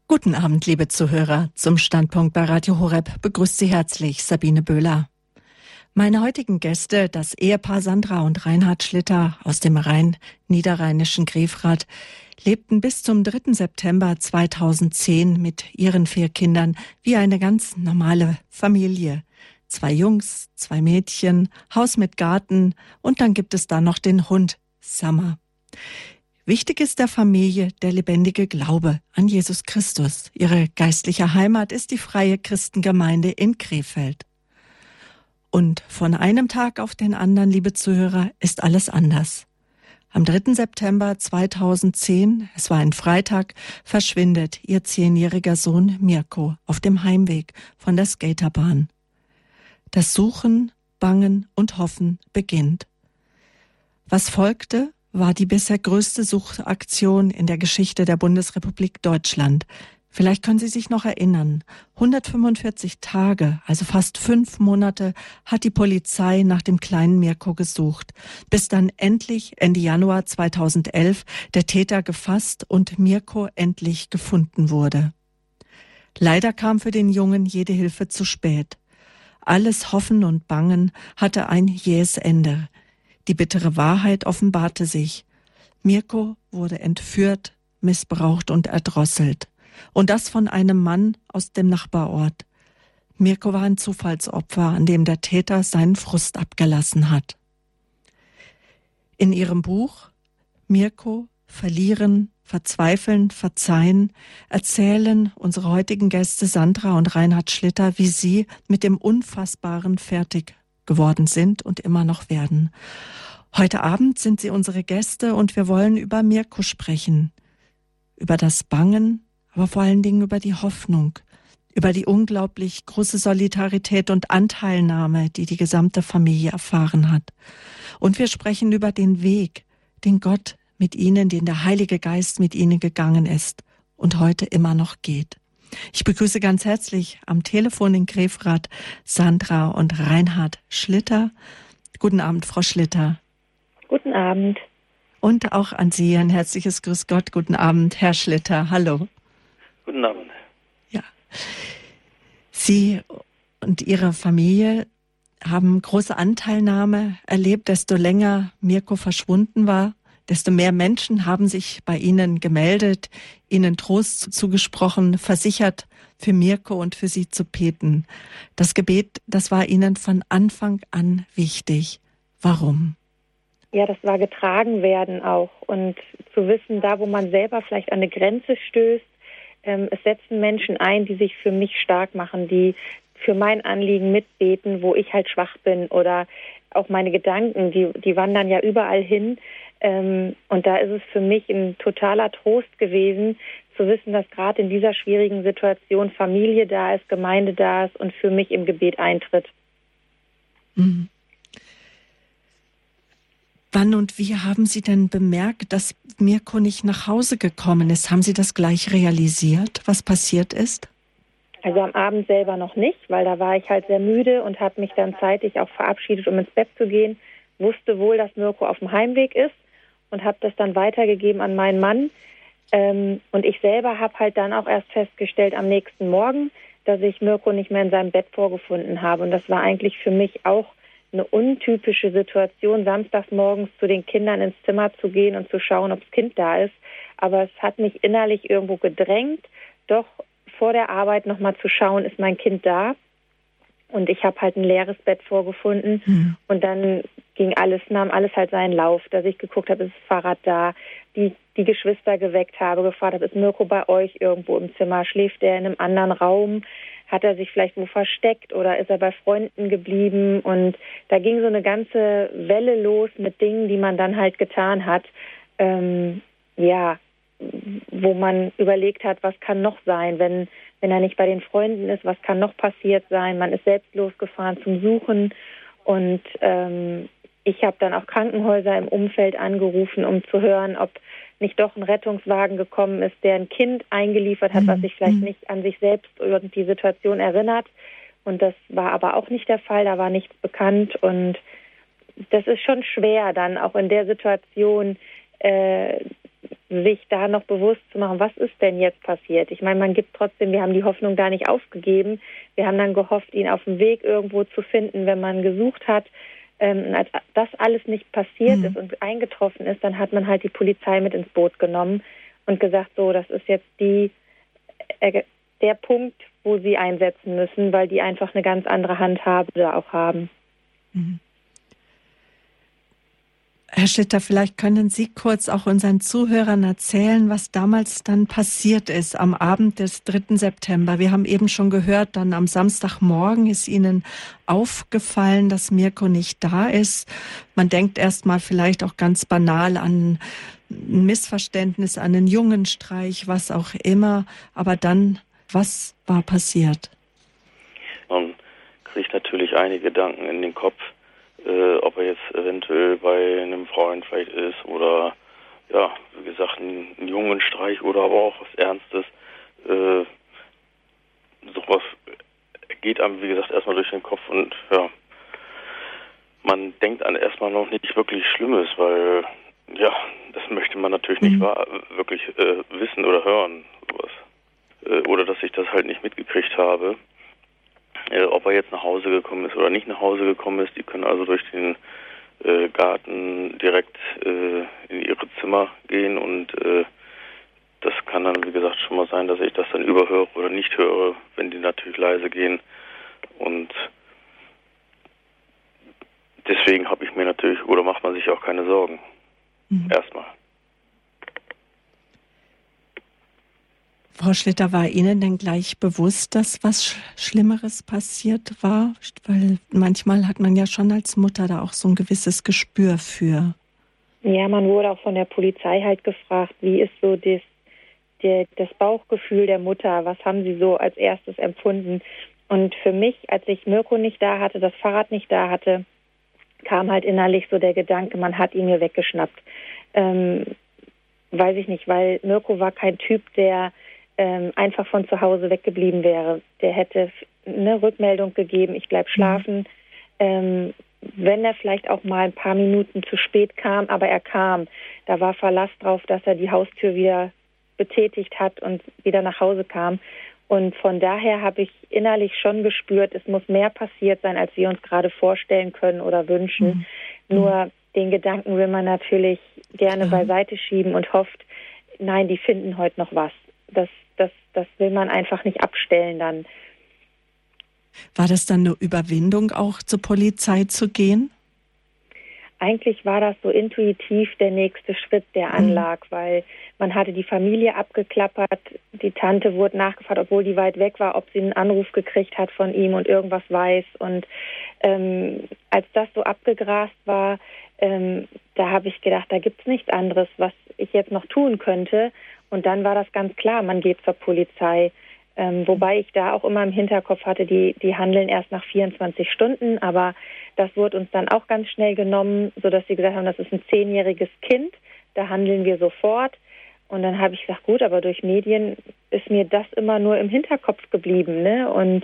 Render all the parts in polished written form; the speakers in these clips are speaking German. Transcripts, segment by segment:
Guten Abend, liebe Zuhörer. Zum Standpunkt bei Radio Horeb begrüßt Sie herzlich Sabine Böhler. Meine heutigen Gäste, das Ehepaar Sandra und Reinhard Schlitter aus dem niederrheinischen Grefrath, lebten bis zum 3. September 2010 mit ihren 4 Kindern wie eine ganz normale Familie. 2 Jungs, 2 Mädchen, Haus mit Garten und dann gibt es da noch den Hund Summer. Wichtig ist der Familie der lebendige Glaube an Jesus Christus. Ihre geistliche Heimat ist die Freie Christengemeinde in Krefeld. Und von einem Tag auf den anderen, liebe Zuhörer, ist alles anders. Am 3. September 2010, es war ein Freitag, verschwindet ihr 10-jähriger Sohn Mirko auf dem Heimweg von der Skaterbahn. Das Suchen, Bangen und Hoffen beginnt. Was folgte, war die bisher größte Suchaktion in der Geschichte der Bundesrepublik Deutschland. Vielleicht können Sie sich noch erinnern. 145 Tage, also fast 5 Monate, hat die Polizei nach dem kleinen Mirko gesucht, bis dann endlich Ende Januar 2011 der Täter gefasst und Mirko endlich gefunden wurde. Leider kam für den Jungen jede Hilfe zu spät. Alles Hoffen und Bangen hatte ein jähes Ende. Die bittere Wahrheit offenbarte sich. Mirko wurde entführt, missbraucht und erdrosselt. Und das von einem Mann aus dem Nachbarort. Mirko war ein Zufallsopfer, an dem der Täter seinen Frust abgelassen hat. In ihrem Buch Mirko, Verlieren, Verzweifeln, Verzeihen erzählen unsere heutigen Gäste Sandra und Reinhard Schlitter, wie sie mit dem Unfassbaren fertig geworden sind und immer noch werden. Heute Abend sind sie unsere Gäste und wir wollen über Mirko sprechen. Über das Bangen, aber vor allen Dingen über die Hoffnung, über die unglaublich große Solidarität und Anteilnahme, die die gesamte Familie erfahren hat. Und wir sprechen über den Weg, den Gott mit ihnen, den der Heilige Geist mit ihnen gegangen ist und heute immer noch geht. Ich begrüße ganz herzlich am Telefon in Grefrath Sandra und Reinhard Schlitter. Guten Abend, Frau Schlitter. Guten Abend. Und auch an Sie ein herzliches Grüß Gott. Guten Abend, Herr Schlitter. Hallo. Guten Abend. Ja. Sie und Ihre Familie haben große Anteilnahme erlebt. Desto länger Mirko verschwunden war, desto mehr Menschen haben sich bei Ihnen gemeldet, Ihnen Trost zugesprochen, versichert, für Mirko und für Sie zu beten. Das Gebet, das war Ihnen von Anfang an wichtig. Warum? Ja, das war getragen werden auch und zu wissen, da wo man selber vielleicht an eine Grenze stößt, es setzen Menschen ein, die sich für mich stark machen, die für mein Anliegen mitbeten, wo ich halt schwach bin oder auch meine Gedanken, die wandern ja überall hin. Und da ist es für mich ein totaler Trost gewesen, zu wissen, dass gerade in dieser schwierigen Situation Familie da ist, Gemeinde da ist und für mich im Gebet eintritt. Mhm. Wann und wie haben Sie denn bemerkt, dass Mirko nicht nach Hause gekommen ist? Haben Sie das gleich realisiert, was passiert ist? Also am Abend selber noch nicht, weil da war ich halt sehr müde und habe mich dann zeitig auch verabschiedet, um ins Bett zu gehen. Wusste wohl, dass Mirko auf dem Heimweg ist und habe das dann weitergegeben an meinen Mann. Und ich selber habe halt dann auch erst festgestellt am nächsten Morgen, dass ich Mirko nicht mehr in seinem Bett vorgefunden habe. Und das war eigentlich für mich auch eine untypische Situation, samstags morgens zu den Kindern ins Zimmer zu gehen und zu schauen, ob das Kind da ist. Aber es hat mich innerlich irgendwo gedrängt, doch vor der Arbeit nochmal zu schauen, ist mein Kind da? Und ich habe halt ein leeres Bett vorgefunden. Mhm. Und dann nahm alles halt seinen Lauf, dass ich geguckt habe, ist das Fahrrad da, die Geschwister geweckt habe, gefragt habe, ist Mirko bei euch irgendwo im Zimmer? Schläft er in einem anderen Raum? Hat er sich vielleicht wo versteckt oder ist er bei Freunden geblieben? Und da ging so eine ganze Welle los mit Dingen, die man dann halt getan hat. Wo man überlegt hat, was kann noch sein, wenn er nicht bei den Freunden ist, was kann noch passiert sein. Man ist selbst losgefahren zum Suchen und ich habe dann auch Krankenhäuser im Umfeld angerufen, um zu hören, ob nicht doch ein Rettungswagen gekommen ist, der ein Kind eingeliefert hat, was sich vielleicht nicht an sich selbst oder die Situation erinnert. Und das war aber auch nicht der Fall, da war nichts bekannt. Und das ist schon schwer, dann auch in der Situation sich da noch bewusst zu machen, was ist denn jetzt passiert? Ich meine, wir haben die Hoffnung da nicht aufgegeben. Wir haben dann gehofft, ihn auf dem Weg irgendwo zu finden, wenn man gesucht hat. Als das alles nicht passiert ist und eingetroffen ist, dann hat man halt die Polizei mit ins Boot genommen und gesagt, so, das ist jetzt der Punkt, wo sie einsetzen müssen, weil die einfach eine ganz andere Handhabe da auch haben. Mhm. Herr Schlitter, vielleicht können Sie kurz auch unseren Zuhörern erzählen, was damals dann passiert ist am Abend des 3. September. Wir haben eben schon gehört, dann am Samstagmorgen ist Ihnen aufgefallen, dass Mirko nicht da ist. Man denkt erst mal vielleicht auch ganz banal an ein Missverständnis, an einen Jungenstreich, was auch immer. Aber dann, was war passiert? Man kriegt natürlich einige Gedanken in den Kopf. Ob er jetzt eventuell bei einem Freund vielleicht ist oder, ja, wie gesagt, ein Jungenstreich oder aber auch was Ernstes. Sowas geht einem, wie gesagt, erstmal durch den Kopf und, ja, man denkt an erstmal noch nicht wirklich Schlimmes, weil, ja, das möchte man natürlich nicht wirklich wissen oder hören, sowas. Oder dass ich das halt nicht mitgekriegt habe. Ob er jetzt nach Hause gekommen ist oder nicht nach Hause gekommen ist, die können also durch den Garten direkt in ihre Zimmer gehen und das kann dann, wie gesagt, schon mal sein, dass ich das dann überhöre oder nicht höre, wenn die natürlich leise gehen. Und deswegen habe ich mir natürlich, oder macht man sich auch keine Sorgen. Erstmal. Frau Schlitter, war Ihnen denn gleich bewusst, dass was Schlimmeres passiert war? Weil manchmal hat man ja schon als Mutter da auch so ein gewisses Gespür für. Ja, man wurde auch von der Polizei halt gefragt, wie ist so das Bauchgefühl der Mutter? Was haben Sie so als erstes empfunden? Und für mich, als ich Mirko nicht da hatte, das Fahrrad nicht da hatte, kam halt innerlich so der Gedanke, man hat ihn mir weggeschnappt. Weiß ich nicht, weil Mirko war kein Typ, der einfach von zu Hause weggeblieben wäre. Der hätte eine Rückmeldung gegeben, ich bleib schlafen. Wenn er vielleicht auch mal ein paar Minuten zu spät kam, aber er kam. Da war Verlass drauf, dass er die Haustür wieder betätigt hat und wieder nach Hause kam. Und von daher habe ich innerlich schon gespürt, es muss mehr passiert sein, als wir uns gerade vorstellen können oder wünschen. Nur den Gedanken will man natürlich gerne beiseite schieben und hofft, nein, die finden heute noch was. Das will man einfach nicht abstellen dann. War das dann eine Überwindung, auch zur Polizei zu gehen? Eigentlich war das so intuitiv der nächste Schritt, der anlag, weil man hatte die Familie abgeklappert, die Tante wurde nachgefragt, obwohl die weit weg war, ob sie einen Anruf gekriegt hat von ihm und irgendwas weiß. Und als das so abgegrast war, da habe ich gedacht, da gibt's nichts anderes, was ich jetzt noch tun könnte. Und dann war das ganz klar, man geht zur Polizei. Wobei ich da auch immer im Hinterkopf hatte, die handeln erst nach 24 Stunden, aber das wurde uns dann auch ganz schnell genommen, sodass sie gesagt haben, das ist ein 10-jähriges Kind, da handeln wir sofort. Und dann habe ich gesagt, gut, aber durch Medien ist mir das immer nur im Hinterkopf geblieben, ne? Und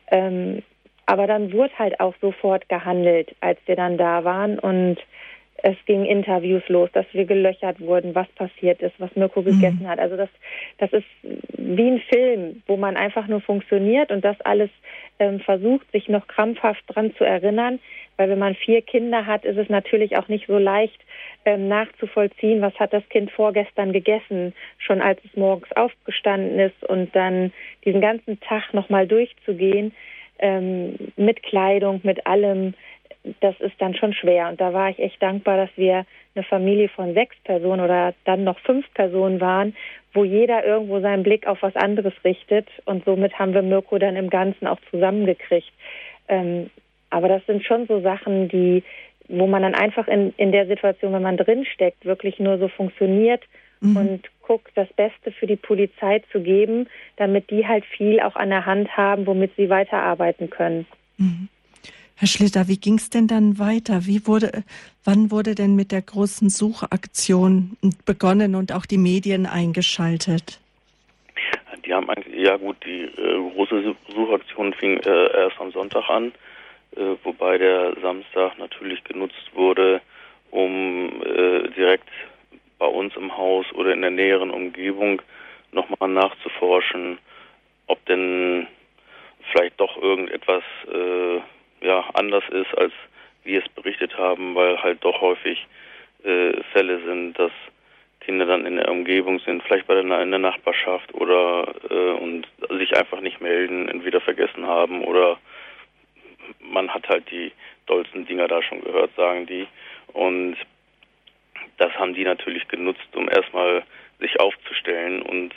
aber dann wurde halt auch sofort gehandelt, als wir dann da waren und es ging Interviews los, dass wir gelöchert wurden, was passiert ist, was Mirko gegessen hat. Also das ist wie ein Film, wo man einfach nur funktioniert und das alles versucht, sich noch krampfhaft dran zu erinnern. Weil wenn man 4 Kinder hat, ist es natürlich auch nicht so leicht nachzuvollziehen, was hat das Kind vorgestern gegessen, schon als es morgens aufgestanden ist und dann diesen ganzen Tag nochmal durchzugehen, mit Kleidung, mit allem. Das ist dann schon schwer. Und da war ich echt dankbar, dass wir eine Familie von 6 Personen oder dann noch 5 Personen waren, wo jeder irgendwo seinen Blick auf was anderes richtet. Und somit haben wir Mirko dann im Ganzen auch zusammengekriegt. Aber das sind schon so Sachen, wo man dann einfach in der Situation, wenn man drinsteckt, wirklich nur so funktioniert und guckt, das Beste für die Polizei zu geben, damit die halt viel auch an der Hand haben, womit sie weiterarbeiten können. Herr Schlitter, wie ging es denn dann weiter? Wann wurde denn mit der großen Suchaktion begonnen und auch die Medien eingeschaltet? Die haben eigentlich, ja gut, die große Suchaktion fing erst am Sonntag an, wobei der Samstag natürlich genutzt wurde, um direkt bei uns im Haus oder in der näheren Umgebung nochmal nachzuforschen, ob denn vielleicht doch irgendetwas anders ist, als wir es berichtet haben, weil halt doch häufig Fälle sind, dass Kinder dann in der Umgebung sind, vielleicht in der Nachbarschaft oder und sich einfach nicht melden, entweder vergessen haben oder man hat halt die dollsten Dinger da schon gehört, sagen die. Und das haben die natürlich genutzt, um erstmal sich aufzustellen. Und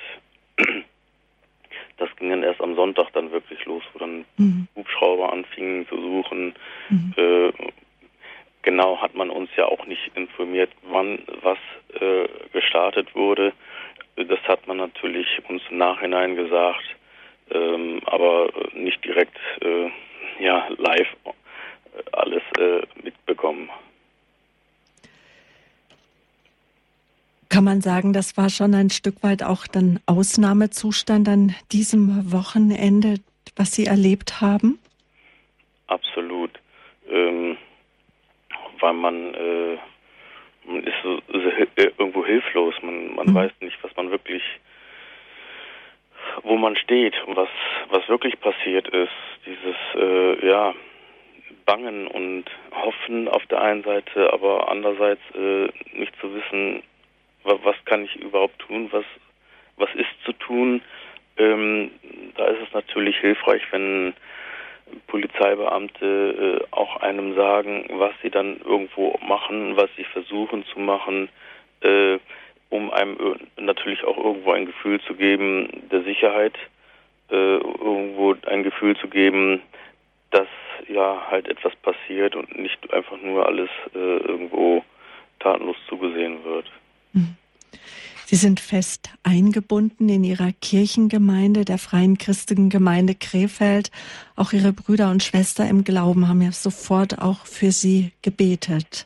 das ging dann erst am Sonntag dann wirklich los, wo dann Hubschrauber anfingen zu suchen. Genau hat man uns ja auch nicht informiert, wann was gestartet wurde. Das hat man natürlich uns im Nachhinein gesagt, aber nicht direkt live alles mitbekommen. Kann man sagen, das war schon ein Stück weit auch dann Ausnahmezustand an diesem Wochenende, was Sie erlebt haben? Absolut. Weil man ist so irgendwo hilflos. Man weiß nicht, was man wirklich, wo man steht und was wirklich passiert ist. Dieses Bangen und Hoffen auf der einen Seite, aber andererseits nicht zu wissen, was kann ich überhaupt tun, was ist zu tun. Da ist es natürlich hilfreich, wenn Polizeibeamte auch einem sagen, was sie dann irgendwo machen, was sie versuchen zu machen, um einem natürlich auch irgendwo ein Gefühl zu geben der Sicherheit, irgendwo ein Gefühl zu geben, dass halt etwas passiert und nicht einfach nur alles irgendwo tatenlos zugesehen wird. Sie sind fest eingebunden in Ihrer Kirchengemeinde, der Freien Christlichen Gemeinde Krefeld. Auch Ihre Brüder und Schwester im Glauben haben ja sofort auch für Sie gebetet.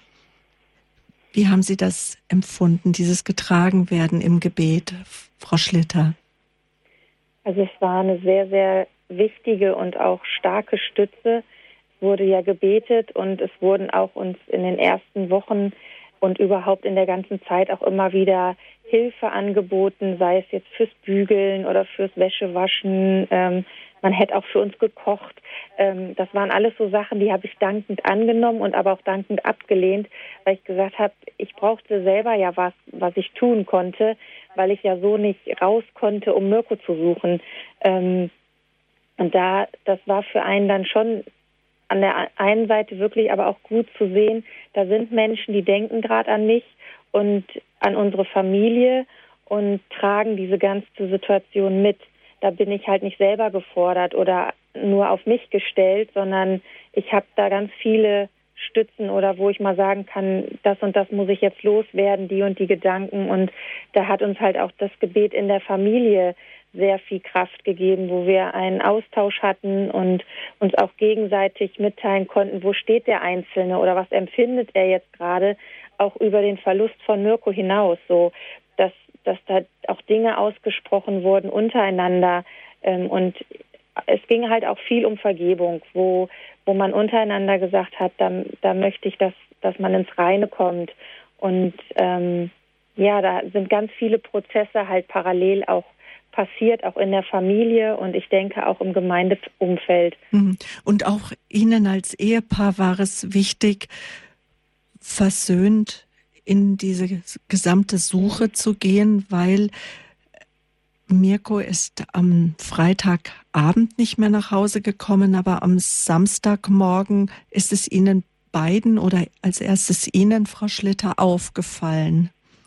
Wie haben Sie das empfunden, dieses Getragenwerden im Gebet, Frau Schlitter? Also es war eine sehr, sehr wichtige und auch starke Stütze. Es wurde ja gebetet und es wurden auch uns in den ersten Wochen und überhaupt in der ganzen Zeit auch immer wieder Hilfe angeboten, sei es jetzt fürs Bügeln oder fürs Wäschewaschen. Man hätte auch für uns gekocht. Das waren alles so Sachen, die habe ich dankend angenommen und aber auch dankend abgelehnt, weil ich gesagt habe, ich brauchte selber ja was ich tun konnte, weil ich ja so nicht raus konnte, um Mirko zu suchen. Und das war für einen dann schon an der einen Seite wirklich aber auch gut zu sehen, da sind Menschen, die denken gerade an mich und an unsere Familie und tragen diese ganze Situation mit. Da bin ich halt nicht selber gefordert oder nur auf mich gestellt, sondern ich habe da ganz viele Stützen oder wo ich mal sagen kann, das und das muss ich jetzt loswerden, die und die Gedanken. Und da hat uns halt auch das Gebet in der Familie sehr viel Kraft gegeben, wo wir einen Austausch hatten und uns auch gegenseitig mitteilen konnten, wo steht der Einzelne oder was empfindet er jetzt gerade, auch über den Verlust von Mirko hinaus, so dass da auch Dinge ausgesprochen wurden untereinander und es ging halt auch viel um Vergebung, wo man untereinander gesagt hat, da möchte ich, dass man ins Reine kommt und da sind ganz viele Prozesse halt parallel auch passiert, auch in der Familie und ich denke auch im Gemeindeumfeld. Und auch Ihnen als Ehepaar war es wichtig, versöhnt in diese gesamte Suche zu gehen, weil Mirko ist am Freitagabend nicht mehr nach Hause gekommen, aber am Samstagmorgen ist es Ihnen beiden oder als erstes Ihnen, Frau Schlitter, aufgefallen.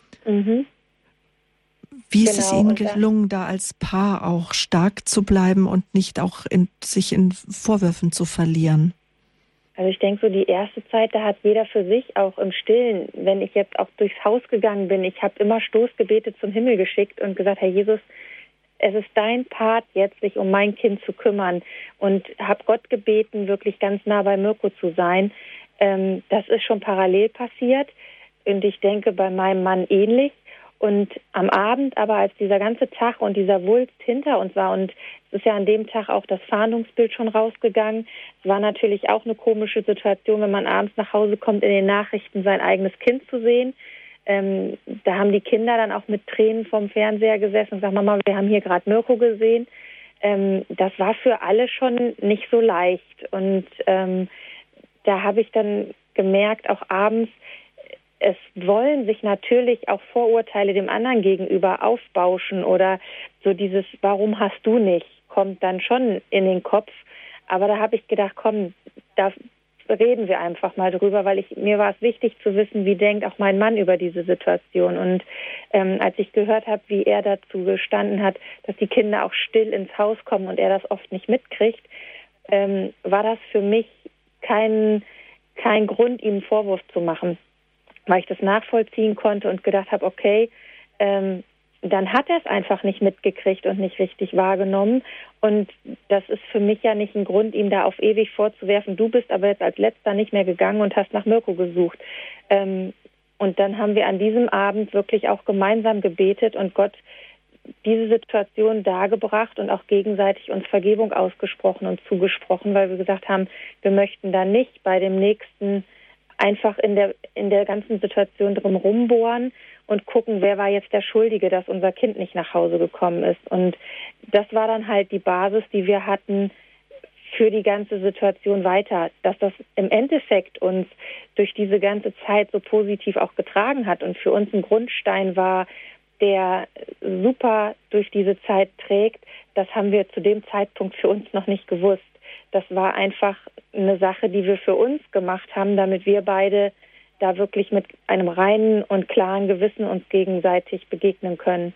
Wie ist es Ihnen gelungen, da als Paar auch stark zu bleiben und nicht auch sich in Vorwürfen zu verlieren? Also ich denke, so die erste Zeit, da hat jeder für sich auch im Stillen, wenn ich jetzt auch durchs Haus gegangen bin, ich habe immer Stoßgebete zum Himmel geschickt und gesagt, Herr Jesus, es ist dein Part jetzt, sich um mein Kind zu kümmern und habe Gott gebeten, wirklich ganz nah bei Mirko zu sein. Das ist schon parallel passiert und ich denke bei meinem Mann ähnlich. Und am Abend aber, als dieser ganze Tag und dieser Wulst hinter uns war und es ist ja an dem Tag auch das Fahndungsbild schon rausgegangen, es war natürlich auch eine komische Situation, wenn man abends nach Hause kommt, in den Nachrichten sein eigenes Kind zu sehen. Da haben die Kinder dann auch mit Tränen vorm Fernseher gesessen und gesagt, Mama, wir haben hier gerade Mirko gesehen. Das war für alle schon nicht so leicht. Und da habe ich dann gemerkt, auch abends, es wollen sich natürlich auch Vorurteile dem anderen gegenüber aufbauschen oder so dieses, warum hast du nicht, kommt dann schon in den Kopf. Aber da habe ich gedacht, komm, da reden wir einfach mal drüber, weil mir war es wichtig zu wissen, wie denkt auch mein Mann über diese Situation. Und als ich gehört habe, wie er dazu gestanden hat, dass die Kinder auch still ins Haus kommen und er das oft nicht mitkriegt, war das für mich kein Grund, ihm einen Vorwurf zu machen, weil ich das nachvollziehen konnte und gedacht habe, okay, dann hat er es einfach nicht mitgekriegt und nicht richtig wahrgenommen. Und das ist für mich ja nicht ein Grund, ihm da auf ewig vorzuwerfen, du bist aber jetzt als Letzter nicht mehr gegangen und hast nach Mirko gesucht. Und dann haben wir an diesem Abend wirklich auch gemeinsam gebetet und Gott diese Situation dargebracht und auch gegenseitig uns Vergebung ausgesprochen und zugesprochen, weil wir gesagt haben, wir möchten da nicht bei dem Nächsten einfach in der ganzen Situation drum rumbohren und gucken, wer war jetzt der Schuldige, dass unser Kind nicht nach Hause gekommen ist. Und das war dann halt die Basis, die wir hatten für die ganze Situation weiter, dass das im Endeffekt uns durch diese ganze Zeit so positiv auch getragen hat und für uns ein Grundstein war, der super durch diese Zeit trägt, das haben wir zu dem Zeitpunkt für uns noch nicht gewusst. Das war einfach eine Sache, die wir für uns gemacht haben, damit wir beide da wirklich mit einem reinen und klaren Gewissen uns gegenseitig begegnen können.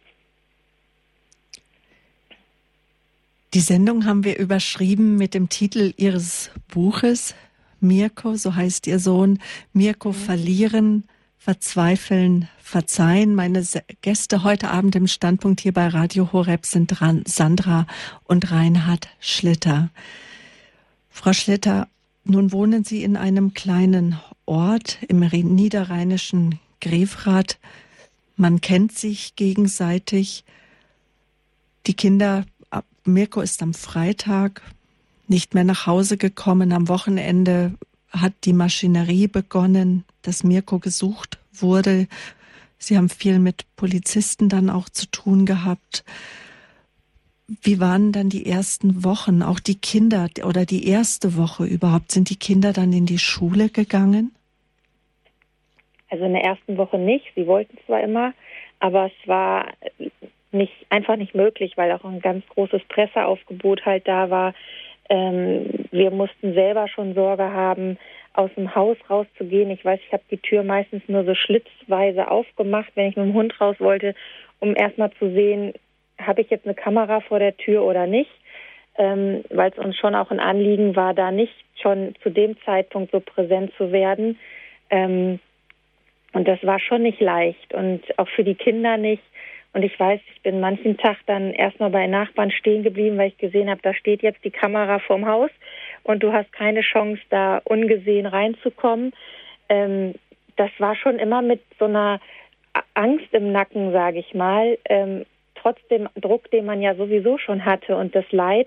Die Sendung haben wir überschrieben mit dem Titel Ihres Buches, Mirko, so heißt Ihr Sohn, Mirko verlieren, verzweifeln, verzeihen. Meine Gäste heute Abend im Standpunkt hier bei Radio Horeb sind Sandra und Reinhard Schlitter. Frau Schlitter, nun wohnen Sie in einem kleinen Ort im niederrheinischen Grefrath. Man kennt sich gegenseitig. Die Kinder, Mirko ist am Freitag nicht mehr nach Hause gekommen. Am Wochenende hat die Maschinerie begonnen, dass Mirko gesucht wurde. Sie haben viel mit Polizisten dann auch zu tun gehabt. Wie waren dann die ersten Wochen, auch die Kinder oder die erste Woche überhaupt? Sind die Kinder dann in die Schule gegangen? Also in der ersten Woche nicht. Sie wollten zwar immer, aber es war einfach nicht möglich, weil auch ein ganz großes Presseaufgebot halt da war. Wir mussten selber schon Sorge haben, aus dem Haus rauszugehen. Ich weiß, ich habe die Tür meistens nur so schlitzweise aufgemacht, wenn ich mit dem Hund raus wollte, um erstmal zu sehen, habe ich jetzt eine Kamera vor der Tür oder nicht, weil es uns schon auch ein Anliegen war, da nicht schon zu dem Zeitpunkt so präsent zu werden. Und das war schon nicht leicht und auch für die Kinder nicht. Und ich weiß, ich bin manchen Tag dann erstmal bei Nachbarn stehen geblieben, weil ich gesehen habe, da steht jetzt die Kamera vorm Haus und du hast keine Chance, da ungesehen reinzukommen. Das war schon immer mit so einer Angst im Nacken, sage ich mal, trotz dem Druck, den man ja sowieso schon hatte und das Leid.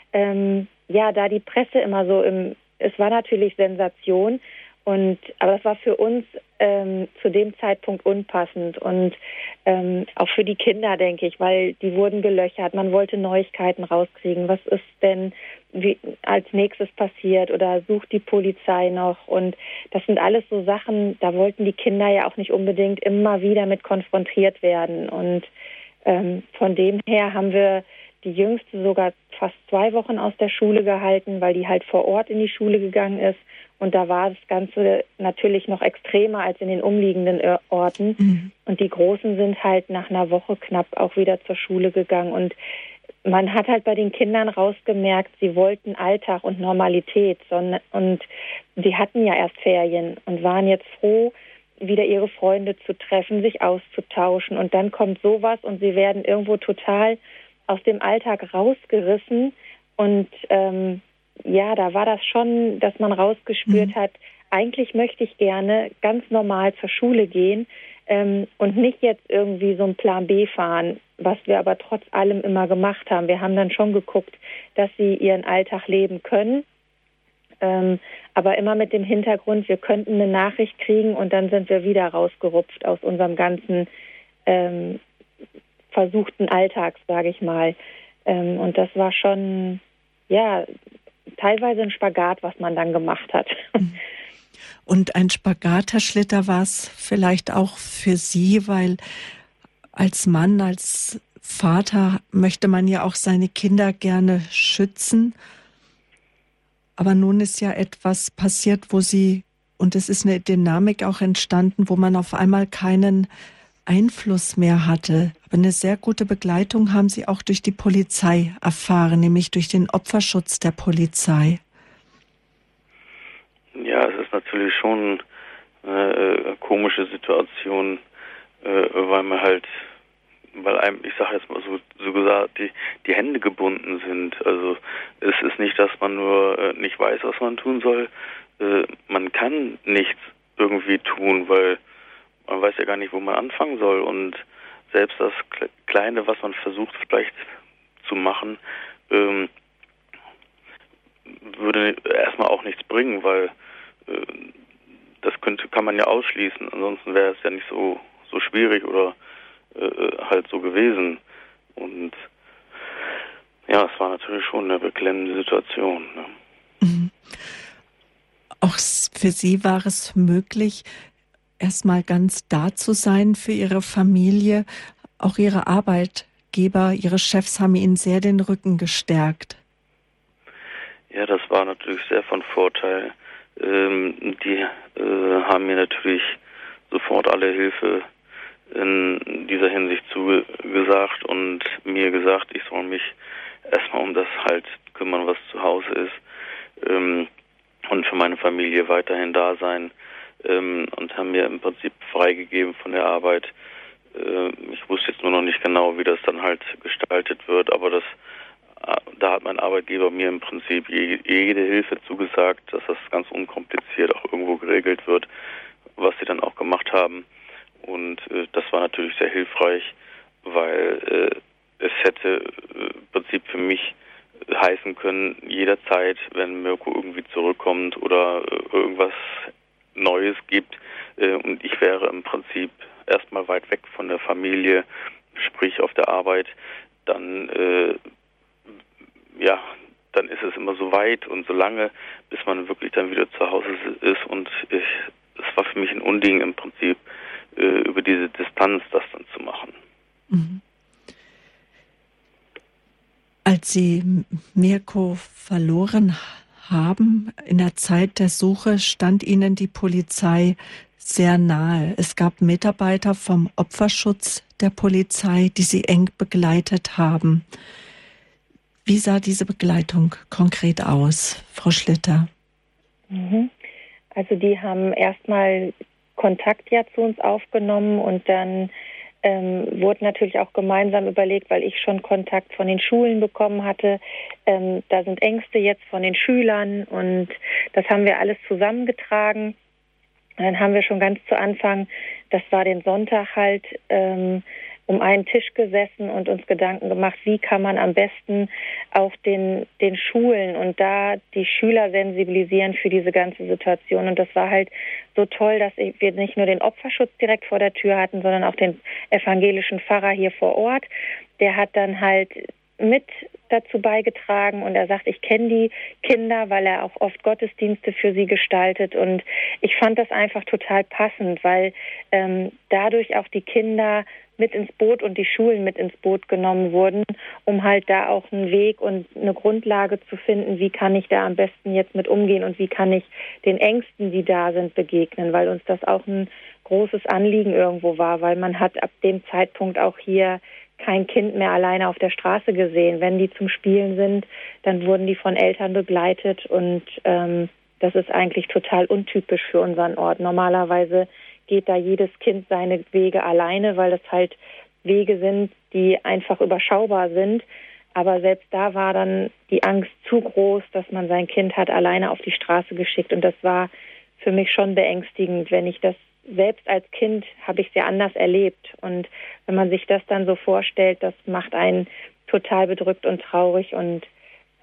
Da die Presse immer so es war natürlich Sensation. Aber das war für uns zu dem Zeitpunkt unpassend und auch für die Kinder, denke ich, weil die wurden gelöchert. Man wollte Neuigkeiten rauskriegen. Was ist denn als nächstes passiert oder sucht die Polizei noch? Und das sind alles so Sachen, da wollten die Kinder ja auch nicht unbedingt immer wieder mit konfrontiert werden. Und von dem her haben wir die Jüngste sogar fast 2 Wochen aus der Schule gehalten, weil die halt vor Ort in die Schule gegangen ist. Und da war das Ganze natürlich noch extremer als in den umliegenden Orten. Mhm. Und die Großen sind halt nach einer Woche knapp auch wieder zur Schule gegangen. Und man hat halt bei den Kindern rausgemerkt, sie wollten Alltag und Normalität. Und die hatten ja erst Ferien und waren jetzt froh, wieder ihre Freunde zu treffen, sich auszutauschen. Und dann kommt sowas und sie werden irgendwo total aus dem Alltag rausgerissen. Und da war das schon, dass man rausgespürt hat, eigentlich möchte ich gerne ganz normal zur Schule gehen und nicht jetzt irgendwie so einen Plan B fahren, was wir aber trotz allem immer gemacht haben. Wir haben dann schon geguckt, dass sie ihren Alltag leben können. aber immer mit dem Hintergrund, wir könnten eine Nachricht kriegen und dann sind wir wieder rausgerupft aus unserem ganzen versuchten Alltag, sage ich mal. Und das war schon, ja, teilweise ein Spagat, was man dann gemacht hat. Und ein Spagat, Herr Schlitter, war es vielleicht auch für Sie, weil als Mann, als Vater möchte man ja auch seine Kinder gerne schützen. Aber nun ist ja etwas passiert, und es ist eine Dynamik auch entstanden, wo man auf einmal keinen Einfluss mehr hatte. Aber eine sehr gute Begleitung haben Sie auch durch die Polizei erfahren, nämlich durch den Opferschutz der Polizei. Ja, es ist natürlich schon eine komische Situation, weil einem, ich sage jetzt mal so gesagt, die Hände gebunden sind. Also es ist nicht, dass man nur nicht weiß, was man tun soll. Man kann nichts irgendwie tun, weil man weiß ja gar nicht, wo man anfangen soll. Und selbst das Kleine, was man versucht vielleicht zu machen, würde erstmal auch nichts bringen, weil das kann man ja ausschließen. Ansonsten wäre es ja nicht so schwierig oder halt so gewesen. Und ja, es war natürlich schon eine beklemmende Situation. Ne? Mhm. Auch für Sie war es möglich, erstmal ganz da zu sein für Ihre Familie. Auch Ihre Arbeitgeber, Ihre Chefs haben Ihnen sehr den Rücken gestärkt. Ja, das war natürlich sehr von Vorteil. Die haben mir natürlich sofort alle Hilfe in dieser Hinsicht zugesagt und mir gesagt, ich soll mich erstmal um das halt kümmern, was zu Hause ist, und für meine Familie weiterhin da sein, und haben mir im Prinzip freigegeben von der Arbeit. Ich wusste jetzt nur noch nicht genau, wie das dann halt gestaltet wird, aber da hat mein Arbeitgeber mir im Prinzip jede Hilfe zugesagt, dass das ganz unkompliziert auch irgendwo geregelt wird, was sie dann auch gemacht haben. Und das war natürlich sehr hilfreich, weil es hätte im Prinzip für mich heißen können, jederzeit, wenn Mirko irgendwie zurückkommt oder irgendwas Neues gibt, und ich wäre im Prinzip erstmal weit weg von der Familie, sprich auf der Arbeit, dann dann ist es immer so weit und so lange, bis man wirklich dann wieder zu Hause ist. Und es war für mich ein Unding im Prinzip, über diese Distanz das dann zu machen. Mhm. Als Sie Mirko verloren haben, in der Zeit der Suche, stand Ihnen die Polizei sehr nahe. Es gab Mitarbeiter vom Opferschutz der Polizei, die Sie eng begleitet haben. Wie sah diese Begleitung konkret aus, Frau Schlitter? Also die haben erstmal Kontakt ja zu uns aufgenommen und dann wurde natürlich auch gemeinsam überlegt, weil ich schon Kontakt von den Schulen bekommen hatte. Da sind Ängste jetzt von den Schülern und das haben wir alles zusammengetragen. Dann haben wir schon ganz zu Anfang, das war den Sonntag halt, um einen Tisch gesessen und uns Gedanken gemacht, wie kann man am besten auch den Schulen und da die Schüler sensibilisieren für diese ganze Situation. Und das war halt so toll, dass wir nicht nur den Opferschutz direkt vor der Tür hatten, sondern auch den evangelischen Pfarrer hier vor Ort. Der hat dann halt mit dazu beigetragen und er sagt, ich kenne die Kinder, weil er auch oft Gottesdienste für sie gestaltet und ich fand das einfach total passend, weil dadurch auch die Kinder mit ins Boot und die Schulen mit ins Boot genommen wurden, um halt da auch einen Weg und eine Grundlage zu finden, wie kann ich da am besten jetzt mit umgehen und wie kann ich den Ängsten, die da sind, begegnen, weil uns das auch ein großes Anliegen irgendwo war, weil man hat ab dem Zeitpunkt auch hier kein Kind mehr alleine auf der Straße gesehen. Wenn die zum Spielen sind, dann wurden die von Eltern begleitet und das ist eigentlich total untypisch für unseren Ort. Normalerweise geht da jedes Kind seine Wege alleine, weil das halt Wege sind, die einfach überschaubar sind. Aber selbst da war dann die Angst zu groß, dass man sein Kind hat alleine auf die Straße geschickt. Und das war für mich schon beängstigend, wenn ich das selbst als Kind habe ich es ja anders erlebt. Und wenn man sich das dann so vorstellt, das macht einen total bedrückt und traurig. Und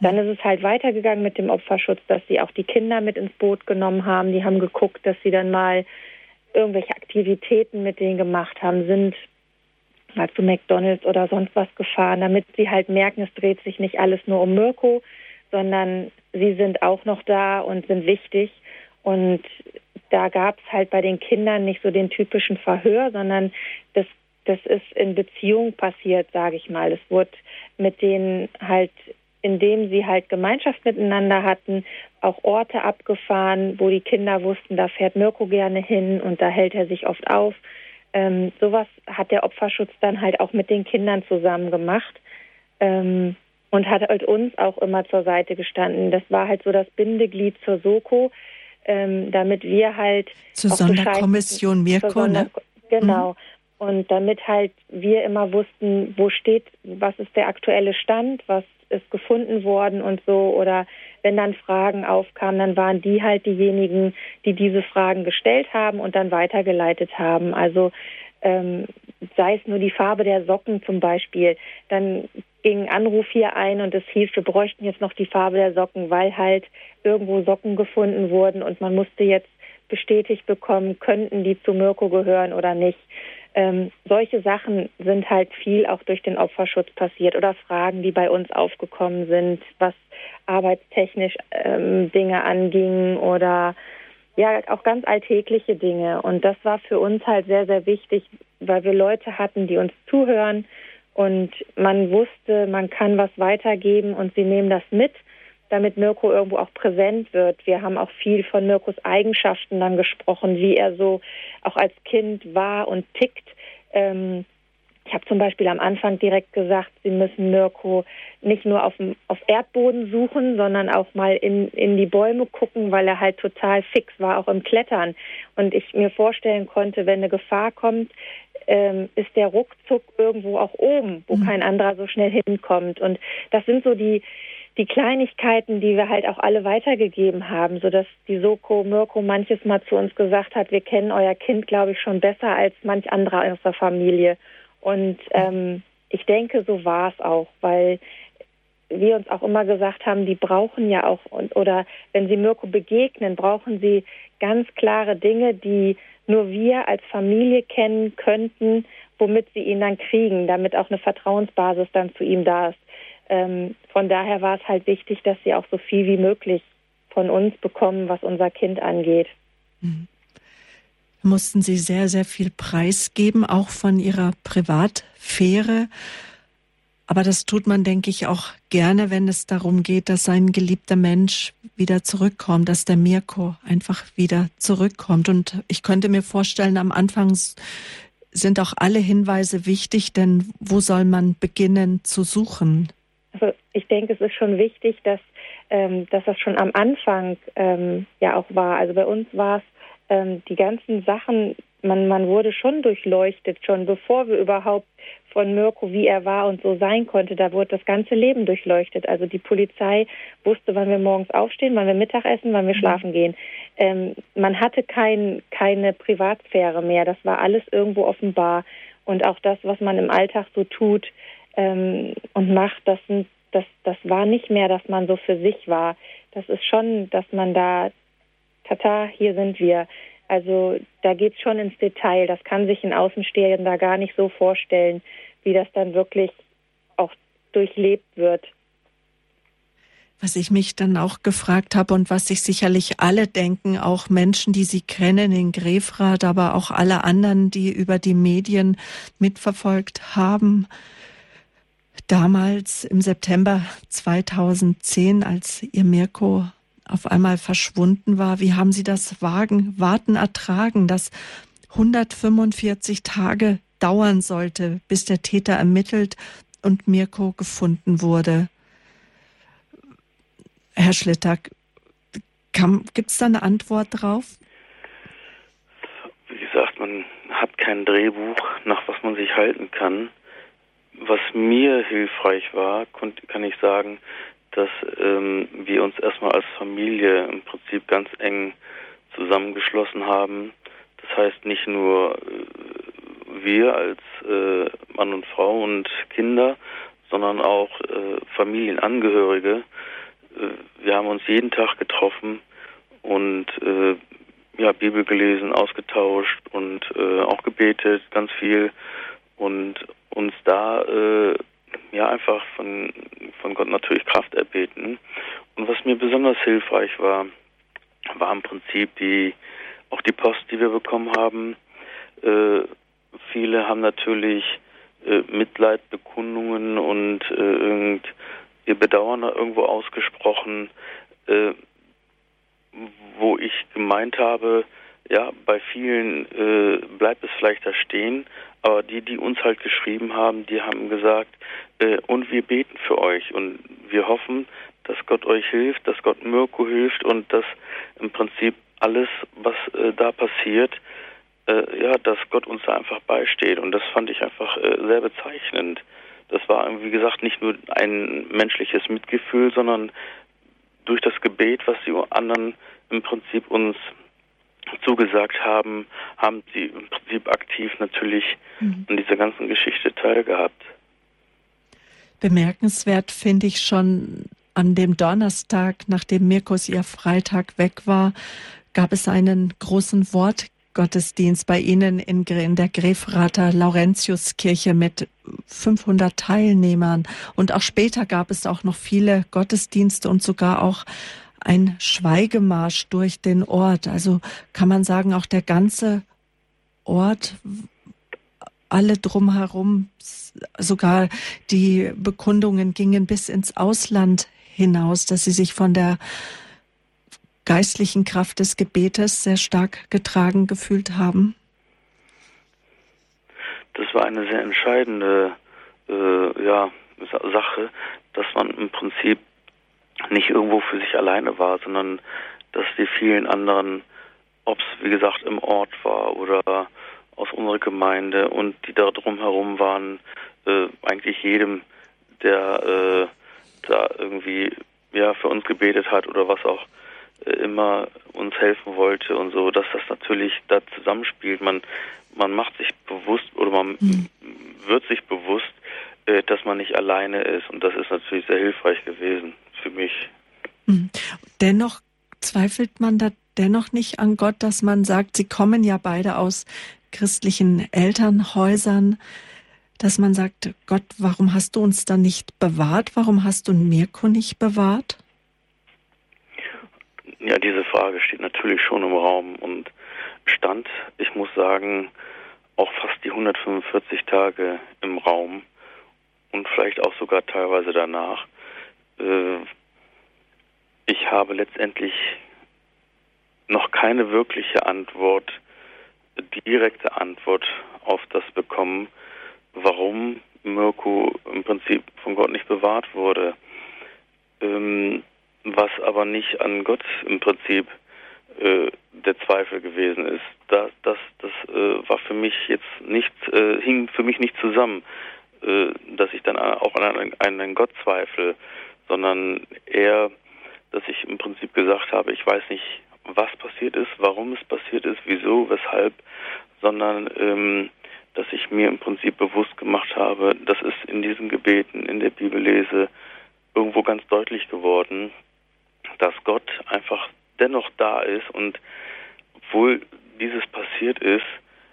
Dann ist es halt weitergegangen mit dem Opferschutz, dass sie auch die Kinder mit ins Boot genommen haben. Die haben geguckt, dass sie dann mal irgendwelche Aktivitäten mit denen gemacht haben, sind mal zu McDonald's oder sonst was gefahren, damit sie halt merken, es dreht sich nicht alles nur um Mirko, sondern sie sind auch noch da und sind wichtig. Und da gab es halt bei den Kindern nicht so den typischen Verhör, sondern das ist in Beziehung passiert, sage ich mal. Es wurde mit denen halt, indem sie halt Gemeinschaft miteinander hatten, auch Orte abgefahren, wo die Kinder wussten, da fährt Mirko gerne hin und da hält er sich oft auf. Sowas hat der Opferschutz dann halt auch mit den Kindern zusammen gemacht und hat halt uns auch immer zur Seite gestanden. Das war halt so das Bindeglied zur Soko, damit wir halt zur Sonderkommission Mirko, ne? Genau. Und damit halt wir immer wussten, was ist der aktuelle Stand, was ist gefunden worden und so. Oder wenn dann Fragen aufkamen, dann waren die halt diejenigen, die diese Fragen gestellt haben und dann weitergeleitet haben. Also sei es nur die Farbe der Socken zum Beispiel, dann ging ein Anruf hier ein und es hieß, wir bräuchten jetzt noch die Farbe der Socken, weil halt irgendwo Socken gefunden wurden und man musste jetzt bestätigt bekommen, könnten die zu Mirko gehören oder nicht. Solche Sachen sind halt viel auch durch den Opferschutz passiert oder Fragen, die bei uns aufgekommen sind, was arbeitstechnisch Dinge anging oder ja auch ganz alltägliche Dinge. Und das war für uns halt sehr, sehr wichtig, weil wir Leute hatten, die uns zuhören und man wusste, man kann was weitergeben und sie nehmen das mit, damit Mirko irgendwo auch präsent wird. Wir haben auch viel von Mirkos Eigenschaften dann gesprochen, wie er so auch als Kind war und tickt. Ich habe zum Beispiel am Anfang direkt gesagt, Sie müssen Mirko nicht nur auf Erdboden suchen, sondern auch mal in die Bäume gucken, weil er halt total fix war, auch im Klettern. Und ich mir vorstellen konnte, wenn eine Gefahr kommt, ist der ruckzuck irgendwo auch oben, wo kein anderer so schnell hinkommt. Und das sind so die Kleinigkeiten, die wir halt auch alle weitergegeben haben, sodass die Soko Mirko manches Mal zu uns gesagt hat, wir kennen euer Kind, glaube ich, schon besser als manch anderer aus der Familie. Und ich denke, so war es auch, weil wir uns auch immer gesagt haben, die brauchen ja auch, oder wenn sie Mirko begegnen, brauchen sie ganz klare Dinge, die nur wir als Familie kennen könnten, womit sie ihn dann kriegen, damit auch eine Vertrauensbasis dann zu ihm da ist. Von daher war es halt wichtig, dass sie auch so viel wie möglich von uns bekommen, was unser Kind angeht. Mussten Sie sehr, sehr viel preisgeben, auch von Ihrer Privatsphäre. Aber das tut man, denke ich, auch gerne, wenn es darum geht, dass ein geliebter Mensch wieder zurückkommt, dass der Mirko einfach wieder zurückkommt. Und ich könnte mir vorstellen, am Anfang sind auch alle Hinweise wichtig, denn wo soll man beginnen zu suchen? Also ich denke, es ist schon wichtig, dass das schon am Anfang ja auch war. Also bei uns war es die ganzen Sachen, man wurde schon durchleuchtet, schon bevor wir überhaupt von Mirko, wie er war und so sein konnte, da wurde das ganze Leben durchleuchtet. Also die Polizei wusste, wann wir morgens aufstehen, wann wir Mittag essen, wann wir schlafen gehen. Man hatte keine Privatsphäre mehr. Das war alles irgendwo offenbar. Und auch das, was man im Alltag so tut und macht, das war nicht mehr, dass man so für sich war. Das ist schon, dass man da, tata, hier sind wir. Also da geht es schon ins Detail. Das kann sich ein Außenstehender gar nicht so vorstellen, wie das dann wirklich auch durchlebt wird. Was ich mich dann auch gefragt habe und was sich sicherlich alle denken, auch Menschen, die Sie kennen in Grefrath, aber auch alle anderen, die über die Medien mitverfolgt haben. Damals im September 2010, als Ihr Mirko auf einmal verschwunden war, wie haben Sie das Warten ertragen, dass 145 Tage dauern sollte, bis der Täter ermittelt und Mirko gefunden wurde? Herr Schlitter, gibt es da eine Antwort drauf? Wie gesagt, man hat kein Drehbuch, nach was man sich halten kann. Was mir hilfreich war, kann ich sagen, dass wir uns erstmal als Familie im Prinzip ganz eng zusammengeschlossen haben. Das heißt nicht nur wir als Mann und Frau und Kinder, sondern auch Familienangehörige, wir haben uns jeden Tag getroffen und Bibel gelesen, ausgetauscht und auch gebetet, ganz viel und uns da einfach von Gott natürlich Kraft erbeten. Und was mir besonders hilfreich war im Prinzip auch die Post, die wir bekommen haben. Viele haben natürlich Mitleidbekundungen und ihr Bedauern irgendwo ausgesprochen, wo ich gemeint habe, ja, bei vielen bleibt es vielleicht da stehen, aber die uns halt geschrieben haben, die haben gesagt, und wir beten für euch und wir hoffen, dass Gott euch hilft, dass Gott Mirko hilft und dass im Prinzip alles, was da passiert, dass Gott uns da einfach beisteht. Und das fand ich einfach sehr bezeichnend. Das war, wie gesagt, nicht nur ein menschliches Mitgefühl, sondern durch das Gebet, was die anderen im Prinzip uns zugesagt haben, haben sie im Prinzip aktiv natürlich an dieser ganzen Geschichte teilgehabt. Bemerkenswert finde ich schon an dem Donnerstag, nachdem Mirkus ihr Freitag weg war, gab es einen großen Wortgottesdienst bei Ihnen in der Grefrather Laurentiuskirche mit 500 Teilnehmern. Und auch später gab es auch noch viele Gottesdienste und sogar auch ein Schweigemarsch durch den Ort. Also kann man sagen, auch der ganze Ort, alle drumherum, sogar die Bekundungen gingen bis ins Ausland hinaus, dass sie sich von der geistlichen Kraft des Gebetes sehr stark getragen gefühlt haben? Das war eine sehr entscheidende Sache, dass man im Prinzip nicht irgendwo für sich alleine war, sondern dass die vielen anderen, ob es wie gesagt im Ort war oder aus unserer Gemeinde und die da drumherum waren, eigentlich jedem, der da irgendwie für uns gebetet hat oder was auch immer uns helfen wollte und so, dass das natürlich da zusammenspielt. Man macht sich bewusst oder man wird sich bewusst, dass man nicht alleine ist und das ist natürlich sehr hilfreich gewesen für mich. Dennoch zweifelt man da dennoch nicht an Gott, dass man sagt, Sie kommen ja beide aus christlichen Elternhäusern, dass man sagt, Gott, warum hast du uns dann nicht bewahrt? Warum hast du Mirko nicht bewahrt? Ja, diese Frage steht natürlich schon im Raum und stand, ich muss sagen, auch fast die 145 Tage im Raum und vielleicht auch sogar teilweise danach. Ich habe letztendlich noch keine wirkliche Antwort, direkte Antwort auf das bekommen, warum Mirko im Prinzip von Gott nicht bewahrt wurde. Was aber nicht an Gott im Prinzip der Zweifel gewesen ist. Das war für mich jetzt nicht, hing für mich nicht zusammen, dass ich dann auch an einen Gott zweifle, sondern eher, dass ich im Prinzip gesagt habe, ich weiß nicht, was passiert ist, warum es passiert ist, wieso, weshalb, sondern dass ich mir im Prinzip bewusst gemacht habe, das ist in diesen Gebeten, in der Bibellese irgendwo ganz deutlich geworden, dass Gott einfach dennoch da ist und obwohl dieses passiert ist,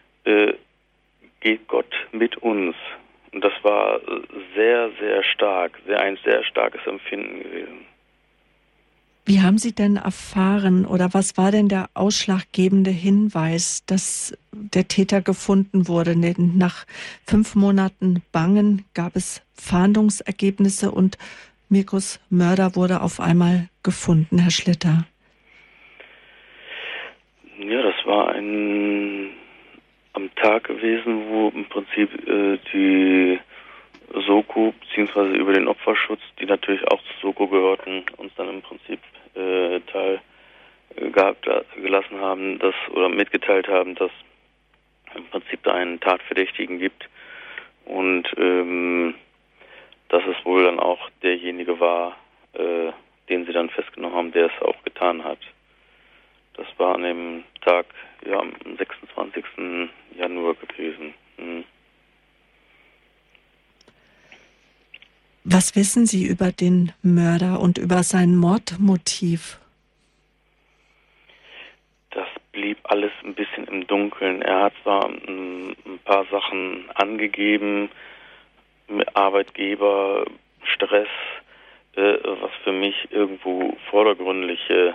geht Gott mit uns. Und das war sehr, sehr stark, ein sehr starkes Empfinden gewesen. Wie haben Sie denn erfahren oder was war denn der ausschlaggebende Hinweis, dass der Täter gefunden wurde? Nach 5 Monaten Bangen gab es Fahndungsergebnisse und Mirkos Mörder wurde auf einmal gefunden, Herr Schlitter. Ja, das war am Tag gewesen, wo im Prinzip die Soko, beziehungsweise über den Opferschutz, die natürlich auch zu Soko gehörten, uns dann im Prinzip gelassen haben, oder mitgeteilt haben, dass im Prinzip da einen Tatverdächtigen gibt und dass es wohl dann auch derjenige war, den sie dann festgenommen haben, der es auch getan hat. Das war an dem Tag, am 26. Januar gewesen. Was wissen Sie über den Mörder und über sein Mordmotiv? Das blieb alles ein bisschen im Dunkeln. Er hat zwar ein paar Sachen angegeben, mit Arbeitgeber, Stress, was für mich irgendwo vordergründige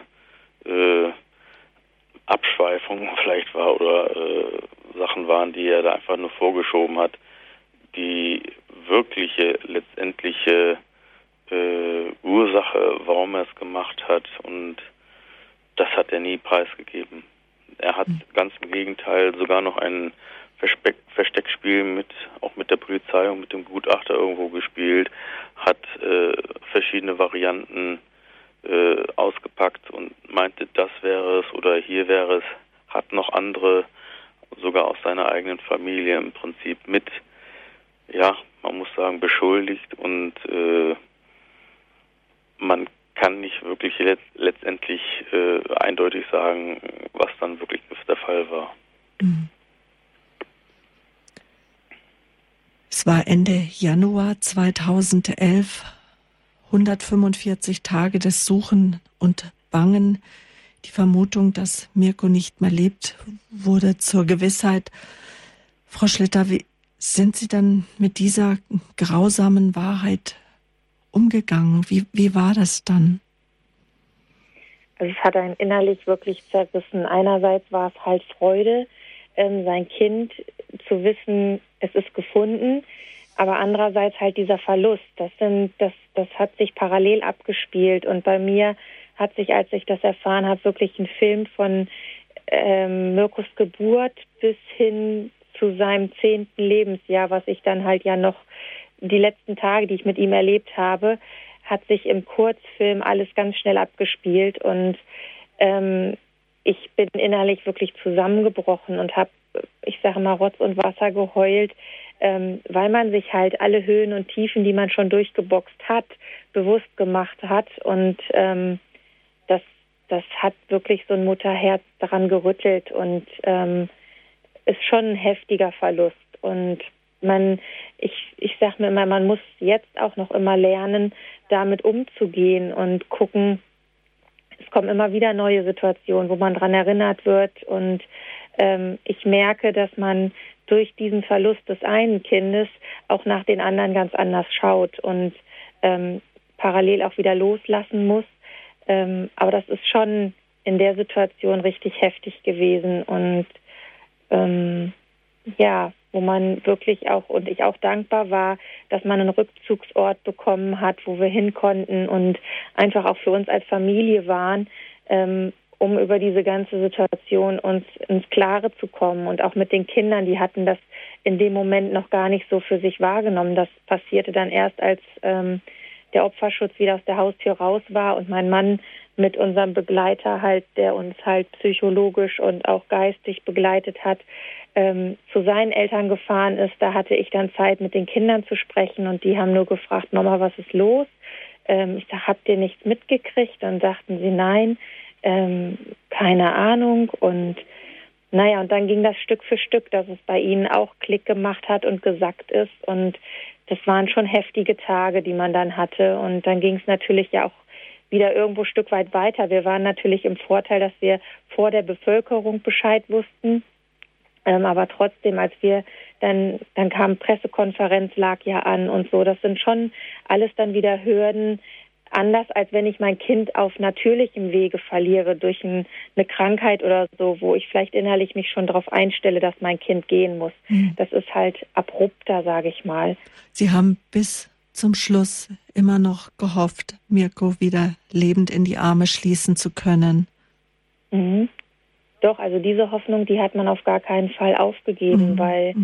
Abschweifungen vielleicht war oder Sachen waren, die er da einfach nur vorgeschoben hat. Die wirkliche, letztendliche Ursache, warum er es gemacht hat, und das hat er nie preisgegeben. Er hat ganz im Gegenteil sogar noch ein Versteckspiel auch mit der Polizei und mit dem Gutachter irgendwo gespielt, hat verschiedene Varianten ausgepackt und meinte, das wäre es oder hier wäre es, hat noch andere, sogar aus seiner eigenen Familie im Prinzip mit, ja, man muss sagen, beschuldigt, und man kann nicht wirklich letztendlich eindeutig sagen, was dann wirklich der Fall war. Es war Ende Januar 2011, 145 Tage des Suchen und Bangen. Die Vermutung, dass Mirko nicht mehr lebt, wurde zur Gewissheit. Frau Schlitter, wie sind Sie dann mit dieser grausamen Wahrheit umgegangen? Wie war das dann? Also es hat einen innerlich wirklich zerrissen. Einerseits war es halt Freude, sein Kind zu wissen, es ist gefunden, aber andererseits halt dieser Verlust. Das hat sich parallel abgespielt, und bei mir hat sich, als ich das erfahren habe, wirklich ein Film von Mirkos Geburt bis hin zu seinem 10. Lebensjahr, was ich dann halt ja noch die letzten Tage, die ich mit ihm erlebt habe, hat sich im Kurzfilm alles ganz schnell abgespielt, und ich bin innerlich wirklich zusammengebrochen und habe, ich sage mal, Rotz und Wasser geheult, weil man sich halt alle Höhen und Tiefen, die man schon durchgeboxt hat, bewusst gemacht hat, und das hat wirklich so ein Mutterherz daran gerüttelt, und ist schon ein heftiger Verlust. Und ich sage mir immer, man muss jetzt auch noch immer lernen, damit umzugehen und gucken, es kommen immer wieder neue Situationen, wo man daran erinnert wird, und ich merke, dass man durch diesen Verlust des einen Kindes auch nach den anderen ganz anders schaut und parallel auch wieder loslassen muss. Aber das ist schon in der Situation richtig heftig gewesen, und wo man wirklich auch, und ich auch dankbar war, dass man einen Rückzugsort bekommen hat, wo wir hin konnten und einfach auch für uns als Familie waren, um über diese ganze Situation uns ins Klare zu kommen. Und auch mit den Kindern, die hatten das in dem Moment noch gar nicht so für sich wahrgenommen. Das passierte dann erst, als der Opferschutz wieder aus der Haustür raus war und mein Mann mit unserem Begleiter halt, der uns halt psychologisch und auch geistig begleitet hat, zu seinen Eltern gefahren ist. Da hatte ich dann Zeit, mit den Kindern zu sprechen, und die haben nur gefragt, Mama, was ist los? Ich sage, habt ihr nichts mitgekriegt? Dann sagten sie, nein, keine Ahnung. Und und dann ging das Stück für Stück, dass es bei ihnen auch Klick gemacht hat und gesackt ist, und das waren schon heftige Tage, die man dann hatte, und dann ging es natürlich ja auch wieder irgendwo ein Stück weit weiter. Wir waren natürlich im Vorteil, dass wir vor der Bevölkerung Bescheid wussten, aber trotzdem, als wir dann kam Pressekonferenz, lag ja an und so, das sind schon alles dann wieder Hürden, anders als wenn ich mein Kind auf natürlichem Wege verliere durch eine Krankheit oder so, wo ich vielleicht innerlich mich schon darauf einstelle, dass mein Kind gehen muss. Das ist halt abrupter, sage ich mal. Sie haben bis zum Schluss immer noch gehofft, Mirko wieder lebend in die Arme schließen zu können. Doch, also diese Hoffnung, die hat man auf gar keinen Fall aufgegeben, weil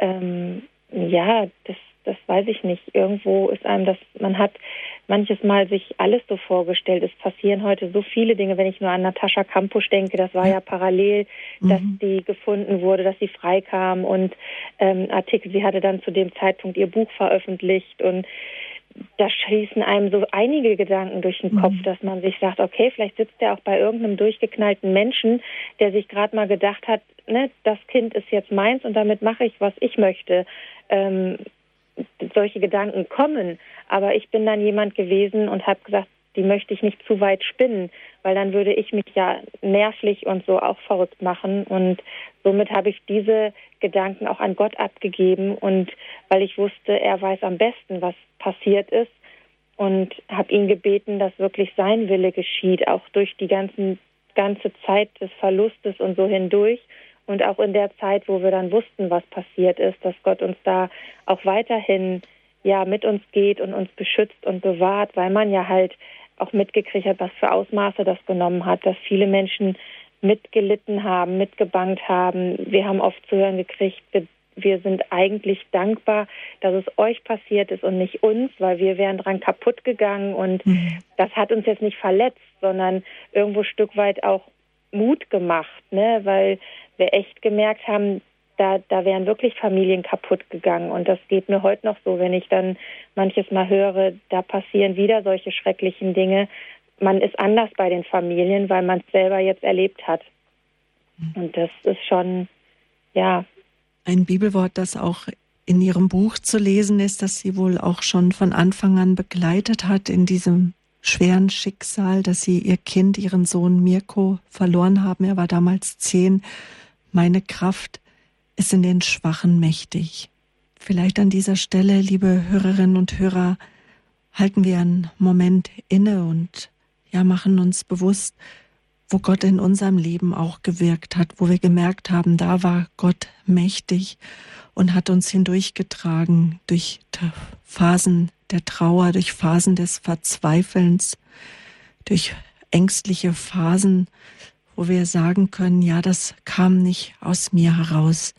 das weiß ich nicht. Irgendwo ist einem das, man hat manches Mal sich alles so vorgestellt. Es passieren heute so viele Dinge, wenn ich nur an Natascha Kampusch denke, das war ja parallel, dass die gefunden wurde, dass sie freikam, und Artikel, sie hatte dann zu dem Zeitpunkt ihr Buch veröffentlicht, und da schießen einem so einige Gedanken durch den Kopf, dass man sich sagt, okay, vielleicht sitzt er auch bei irgendeinem durchgeknallten Menschen, der sich gerade mal gedacht hat, ne, das Kind ist jetzt meins und damit mache ich, was ich möchte. solche Gedanken kommen. Aber ich bin dann jemand gewesen und habe gesagt, die möchte ich nicht zu weit spinnen, weil dann würde ich mich ja nervlich und so auch verrückt machen. Und somit habe ich diese Gedanken auch an Gott abgegeben. Und weil ich wusste, er weiß am besten, was passiert ist. Und habe ihn gebeten, dass wirklich sein Wille geschieht, auch durch die ganze Zeit des Verlustes und so hindurch. Und auch in der Zeit, wo wir dann wussten, was passiert ist, dass Gott uns da auch weiterhin mit uns geht und uns beschützt und bewahrt, weil man ja halt auch mitgekriegt hat, was für Ausmaße das genommen hat, dass viele Menschen mitgelitten haben, mitgebangt haben. Wir haben oft zu hören gekriegt, wir sind eigentlich dankbar, dass es euch passiert ist und nicht uns, weil wir wären dran kaputt gegangen. Und das hat uns jetzt nicht verletzt, sondern irgendwo ein Stück weit auch Mut gemacht, ne? Weil wir echt gemerkt haben, da wären wirklich Familien kaputt gegangen. Und das geht mir heute noch so, wenn ich dann manches Mal höre, da passieren wieder solche schrecklichen Dinge. Man ist anders bei den Familien, weil man es selber jetzt erlebt hat. Und das ist schon, ein Bibelwort, das auch in Ihrem Buch zu lesen ist, das Sie wohl auch schon von Anfang an begleitet hat in diesem schweren Schicksal, dass Sie Ihr Kind, Ihren Sohn Mirko verloren haben. Er war damals 10. Meine Kraft ist in den Schwachen mächtig. Vielleicht an dieser Stelle, liebe Hörerinnen und Hörer, halten wir einen Moment inne und machen uns bewusst, wo Gott in unserem Leben auch gewirkt hat, wo wir gemerkt haben, da war Gott mächtig und hat uns hindurchgetragen durch Phasen der Trauer, durch Phasen des Verzweifelns, durch ängstliche Phasen, wo wir sagen können, das kam nicht aus mir heraus.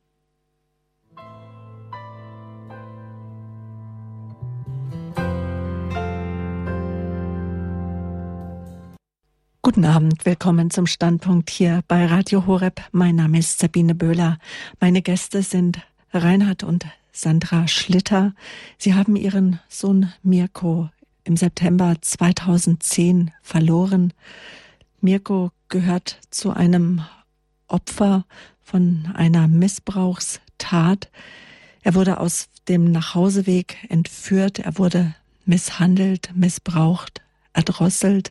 Guten Abend, willkommen zum Standpunkt hier bei Radio Horeb. Mein Name ist Sabine Böhler. Meine Gäste sind Reinhard und Sandra Schlitter. Sie haben ihren Sohn Mirko im September 2010 verloren. Mirko gehört zu einem Opfer von einer Missbrauchstat. Er wurde aus dem Nachhauseweg entführt. Er wurde misshandelt, missbraucht, erdrosselt.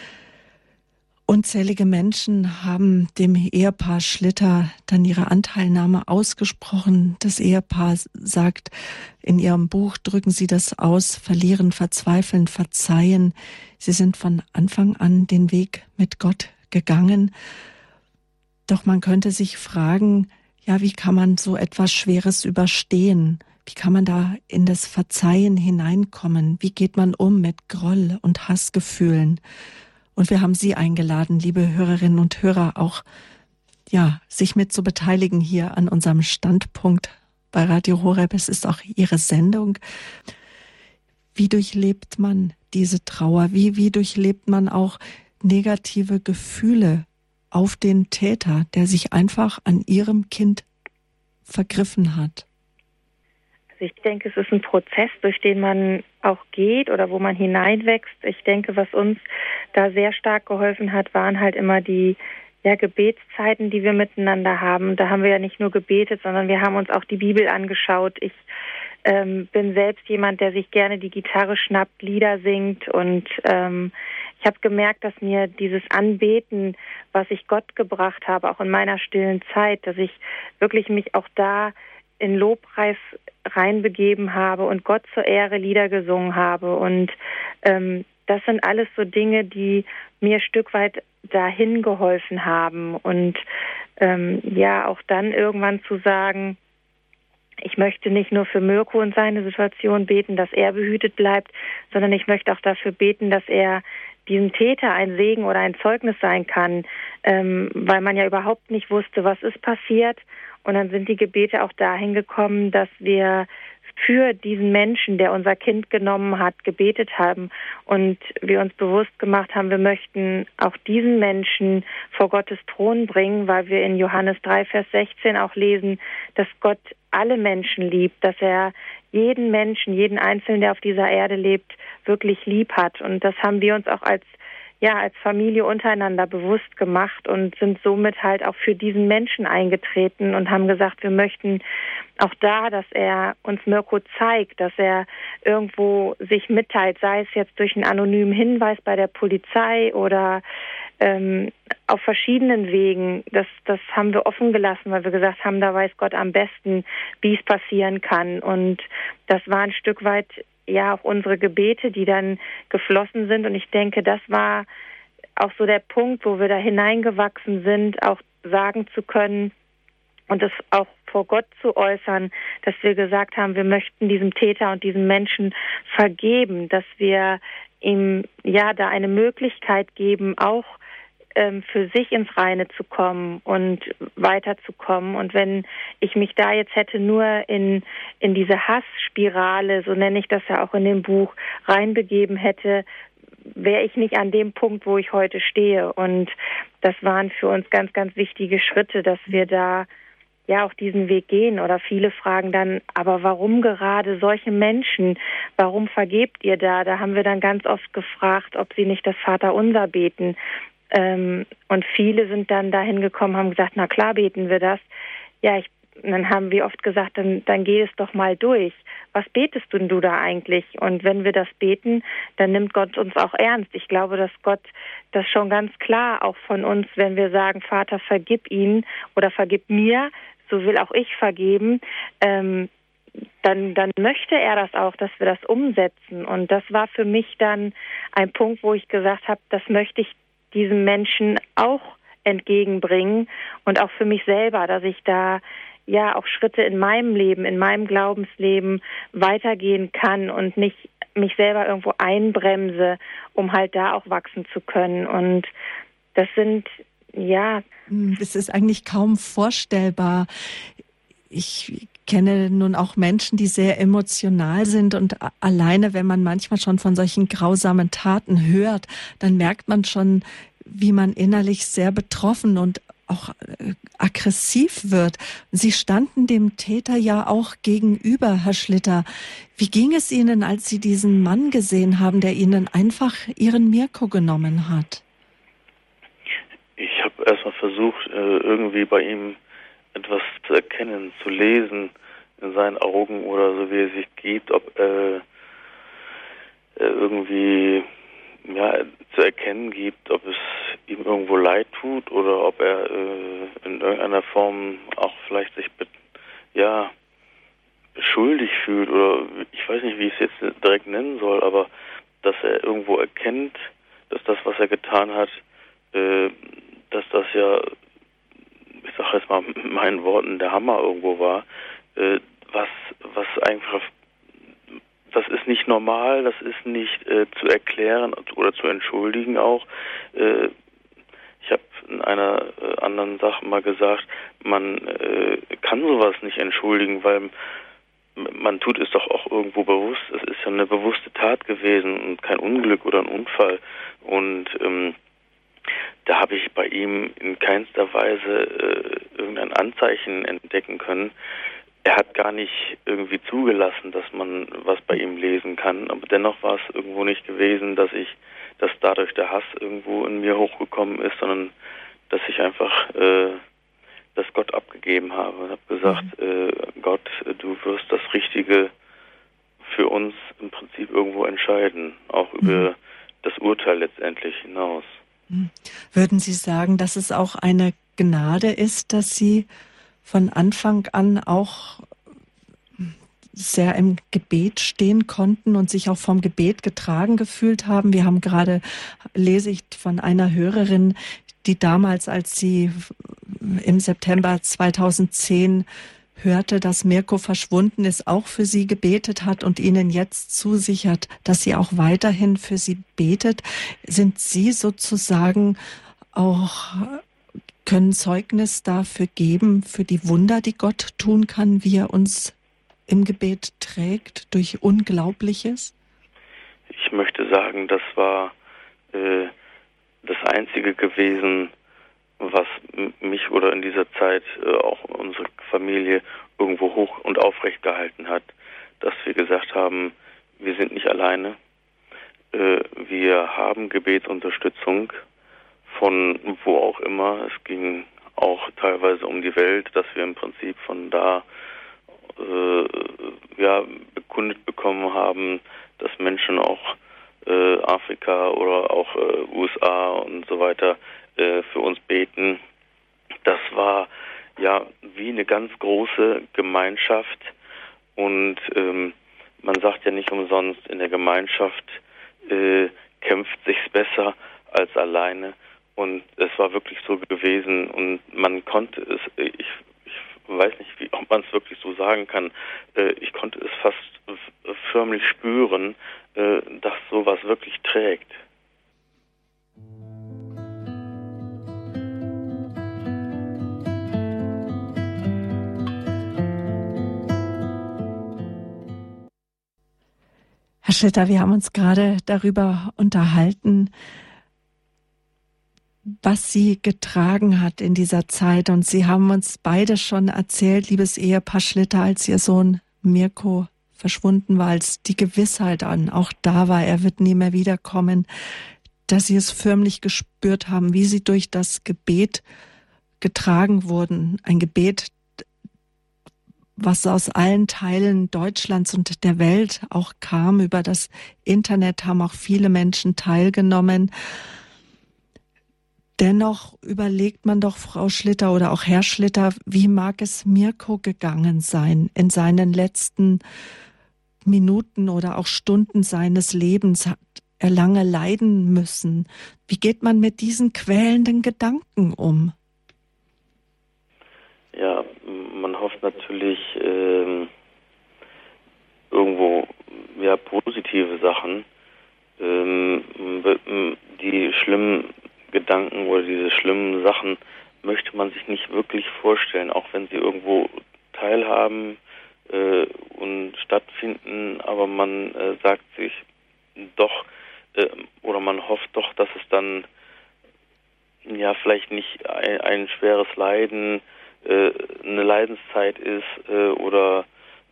Unzählige Menschen haben dem Ehepaar Schlitter dann ihre Anteilnahme ausgesprochen. Das Ehepaar sagt in ihrem Buch, drücken sie das aus, verlieren, verzweifeln, verzeihen. Sie sind von Anfang an den Weg mit Gott gegangen. Doch man könnte sich fragen, wie kann man so etwas Schweres überstehen? Wie kann man da in das Verzeihen hineinkommen? Wie geht man um mit Groll und Hassgefühlen? Und wir haben Sie eingeladen, liebe Hörerinnen und Hörer, auch sich mit zu beteiligen hier an unserem Standpunkt bei Radio Horeb. Es ist auch Ihre Sendung. Wie durchlebt man diese Trauer? Wie durchlebt man auch negative Gefühle auf den Täter, der sich einfach an Ihrem Kind vergriffen hat? Also ich denke, es ist ein Prozess, durch den man auch geht oder wo man hineinwächst. Ich denke, was uns da sehr stark geholfen hat, waren halt immer die Gebetszeiten, die wir miteinander haben. Da haben wir ja nicht nur gebetet, sondern wir haben uns auch die Bibel angeschaut. Ich bin selbst jemand, der sich gerne die Gitarre schnappt, Lieder singt und ich habe gemerkt, dass mir dieses Anbeten, was ich Gott gebracht habe, auch in meiner stillen Zeit, dass ich wirklich mich auch da in Lobpreis reinbegeben habe und Gott zur Ehre Lieder gesungen habe. Und das sind alles so Dinge, die mir ein Stück weit dahin geholfen haben. Und auch dann irgendwann zu sagen, ich möchte nicht nur für Mirko und seine Situation beten, dass er behütet bleibt, sondern ich möchte auch dafür beten, dass er diesem Täter ein Segen oder ein Zeugnis sein kann, weil man ja überhaupt nicht wusste, was ist passiert. Und dann sind die Gebete auch dahin gekommen, dass wir für diesen Menschen, der unser Kind genommen hat, gebetet haben und wir uns bewusst gemacht haben, wir möchten auch diesen Menschen vor Gottes Thron bringen, weil wir in Johannes 3, Vers 16 auch lesen, dass Gott alle Menschen liebt, dass er jeden Menschen, jeden Einzelnen, der auf dieser Erde lebt, wirklich lieb hat. Und das haben wir uns auch als als Familie untereinander bewusst gemacht und sind somit halt auch für diesen Menschen eingetreten und haben gesagt, wir möchten auch da, dass er uns Mirko zeigt, dass er irgendwo sich mitteilt, sei es jetzt durch einen anonymen Hinweis bei der Polizei oder auf verschiedenen Wegen. Das haben wir offen gelassen, weil wir gesagt haben, da weiß Gott am besten, wie es passieren kann. Und das war ein Stück weit auch unsere Gebete, die dann geflossen sind. Und ich denke, das war auch so der Punkt, wo wir da hineingewachsen sind, auch sagen zu können und es auch vor Gott zu äußern, dass wir gesagt haben, wir möchten diesem Täter und diesem Menschen vergeben, dass wir ihm da eine Möglichkeit geben, auch für sich ins Reine zu kommen und weiterzukommen. Und wenn ich mich da jetzt hätte nur in diese Hassspirale, so nenne ich das ja auch in dem Buch, reinbegeben hätte, wäre ich nicht an dem Punkt, wo ich heute stehe. Und das waren für uns ganz, ganz wichtige Schritte, dass wir da auch diesen Weg gehen. Oder viele fragen dann, aber warum gerade solche Menschen? Warum vergebt ihr da? Da haben wir dann ganz oft gefragt, ob sie nicht das Vaterunser beten. Und viele sind dann dahin gekommen, haben gesagt, na klar beten wir das. Dann haben wir oft gesagt, dann geh es doch mal durch. Was betest denn du da eigentlich? Und wenn wir das beten, dann nimmt Gott uns auch ernst. Ich glaube, dass Gott das schon ganz klar auch von uns, wenn wir sagen, Vater, vergib ihn oder vergib mir, so will auch ich vergeben, dann möchte er das auch, dass wir das umsetzen. Und das war für mich dann ein Punkt, wo ich gesagt habe, das möchte ich diesem Menschen auch entgegenbringen und auch für mich selber, dass ich da auch Schritte in meinem Leben, in meinem Glaubensleben weitergehen kann und nicht mich selber irgendwo einbremse, um halt da auch wachsen zu können. Und das sind, Das ist eigentlich kaum vorstellbar. Ich kenne nun auch Menschen, die sehr emotional sind und alleine, wenn man manchmal schon von solchen grausamen Taten hört, dann merkt man schon, wie man innerlich sehr betroffen und auch aggressiv wird. Sie standen dem Täter ja auch gegenüber, Herr Schlitter. Wie ging es Ihnen, als Sie diesen Mann gesehen haben, der Ihnen einfach Ihren Mirko genommen hat? Ich habe erstmal versucht, irgendwie bei ihm etwas zu erkennen, zu lesen in seinen Augen oder so, wie er sich gibt, ob irgendwie zu erkennen gibt, ob es ihm irgendwo leid tut oder ob er in irgendeiner Form auch vielleicht sich schuldig fühlt oder ich weiß nicht, wie ich es jetzt direkt nennen soll, aber dass er irgendwo erkennt, dass das, was er getan hat, dass das ich sage jetzt mal mit meinen Worten, der Hammer irgendwo war, was einfach, das ist nicht normal, das ist nicht zu erklären oder zu entschuldigen auch. Ich habe in einer anderen Sache mal gesagt, man kann sowas nicht entschuldigen, weil man tut es doch auch irgendwo bewusst. Es ist ja eine bewusste Tat gewesen und kein Unglück oder ein Unfall. Und da habe ich bei ihm in keinster Weise irgendein Anzeichen entdecken können. Er hat gar nicht irgendwie zugelassen, dass man was bei ihm lesen kann. Aber dennoch war es irgendwo nicht gewesen, dass dadurch der Hass irgendwo in mir hochgekommen ist, sondern dass ich einfach das Gott abgegeben habe und habe gesagt, Gott, du wirst das Richtige für uns im Prinzip irgendwo entscheiden, auch über das Urteil letztendlich hinaus. Würden Sie sagen, dass es auch eine Gnade ist, dass Sie von Anfang an auch sehr im Gebet stehen konnten und sich auch vom Gebet getragen gefühlt haben? Wir haben gerade, lese ich von einer Hörerin, die damals, als sie im September 2010 hörte, dass Mirko verschwunden ist, auch für sie gebetet hat und ihnen jetzt zusichert, dass sie auch weiterhin für sie betet. Sind Sie sozusagen auch, können Zeugnis dafür geben, für die Wunder, die Gott tun kann, wie er uns im Gebet trägt durch Unglaubliches? Ich möchte sagen, das war das Einzige gewesen, was mich oder in dieser Zeit auch unsere Familie irgendwo hoch und aufrecht gehalten hat, dass wir gesagt haben, wir sind nicht alleine. wir haben Gebetsunterstützung von wo auch immer. Es ging auch teilweise um die Welt, dass wir im Prinzip von da bekundet bekommen haben, dass Menschen auch Afrika oder auch USA und so weiter für uns beten. Das war ja wie eine ganz große Gemeinschaft und man sagt ja nicht umsonst, in der Gemeinschaft kämpft sich's besser als alleine und es war wirklich so gewesen und man konnte es, ich weiß nicht, ob man es wirklich so sagen kann, ich konnte es fast förmlich spüren, dass sowas wirklich trägt. Herr Schlitter, wir haben uns gerade darüber unterhalten, was Sie getragen hat in dieser Zeit. Und Sie haben uns beide schon erzählt, liebes Ehepaar Schlitter, als Ihr Sohn Mirko verschwunden war, als die Gewissheit auch da war, er wird nie mehr wiederkommen, dass Sie es förmlich gespürt haben, wie Sie durch das Gebet getragen wurden. Ein Gebet, was aus allen Teilen Deutschlands und der Welt auch kam. Über das Internet haben auch viele Menschen teilgenommen. Dennoch überlegt man doch, Frau Schlitter oder auch Herr Schlitter, wie mag es Mirko gegangen sein in seinen letzten Minuten oder auch Stunden seines Lebens? Hat er lange leiden müssen? Wie geht man mit diesen quälenden Gedanken um? Ja, man hofft natürlich irgendwo positive Sachen. Die schlimmen Gedanken oder diese schlimmen Sachen möchte man sich nicht wirklich vorstellen, auch wenn sie irgendwo teilhaben und stattfinden, aber man sagt sich doch oder man hofft doch, dass es dann ja vielleicht nicht ein schweres Leiden, eine Leidenszeit ist oder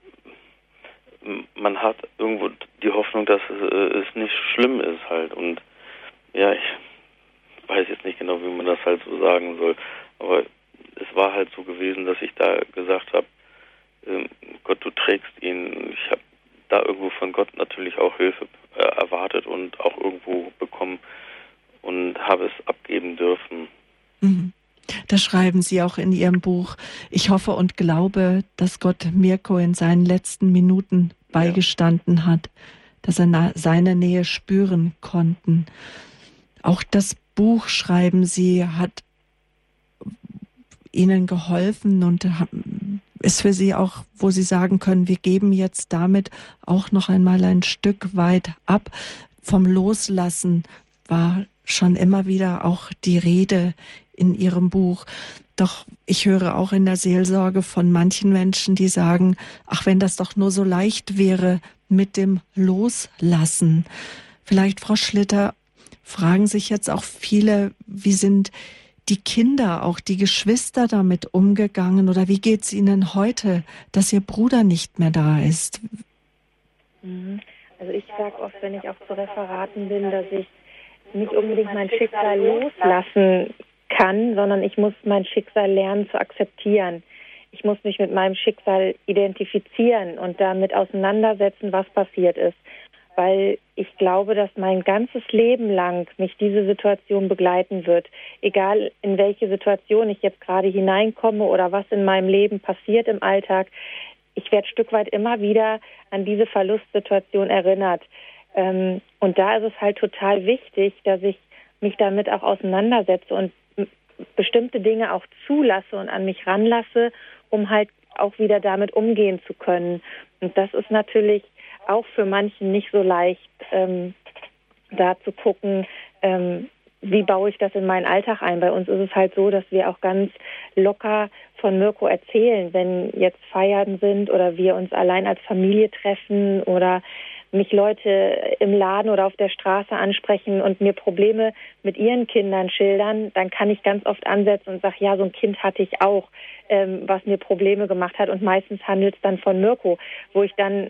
man hat irgendwo die Hoffnung, dass es nicht schlimm ist halt und ja, ich weiß jetzt nicht genau, wie man das halt so sagen soll, aber es war halt so gewesen, dass ich da gesagt habe, Gott, du trägst ihn. Ich habe da irgendwo von Gott natürlich auch Hilfe erwartet und auch irgendwo bekommen und habe es abgeben dürfen. Mhm. Das schreiben Sie auch in Ihrem Buch. Ich hoffe und glaube, dass Gott Mirko in seinen letzten Minuten beigestanden hat, dass er seine Nähe spüren konnten. Auch das Buch, schreiben Sie, hat Ihnen geholfen und ist für Sie auch, wo Sie sagen können, wir geben jetzt damit auch noch einmal ein Stück weit ab. Vom Loslassen war schon immer wieder auch die Rede in Ihrem Buch. Doch ich höre auch in der Seelsorge von manchen Menschen, die sagen, ach, wenn das doch nur so leicht wäre mit dem Loslassen. Vielleicht, Frau Schlitter, fragen sich jetzt auch viele, wie sind die Kinder, auch die Geschwister damit umgegangen oder wie geht es ihnen heute, dass ihr Bruder nicht mehr da ist? Also ich sage oft, wenn ich auch zu Referaten bin, dass ich nicht unbedingt mein Schicksal loslassen kann, sondern ich muss mein Schicksal lernen zu akzeptieren. Ich muss mich mit meinem Schicksal identifizieren und damit auseinandersetzen, was passiert ist. Weil ich glaube, dass mein ganzes Leben lang mich diese Situation begleiten wird. Egal in welche Situation ich jetzt gerade hineinkomme oder was in meinem Leben passiert im Alltag, ich werde ein Stück weit immer wieder an diese Verlustsituation erinnert. Und da ist es halt total wichtig, dass ich mich damit auch auseinandersetze und bestimmte Dinge auch zulasse und an mich ranlasse, um halt auch wieder damit umgehen zu können. Und das ist natürlich auch für manchen nicht so leicht, da zu gucken, wie baue ich das in meinen Alltag ein. Bei uns ist es halt so, dass wir auch ganz locker von Mirko erzählen, wenn jetzt Feiern sind oder wir uns allein als Familie treffen oder mich Leute im Laden oder auf der Straße ansprechen und mir Probleme mit ihren Kindern schildern, dann kann ich ganz oft ansetzen und sage, ja, so ein Kind hatte ich auch, was mir Probleme gemacht hat. Und meistens handelt es dann von Mirko, wo ich dann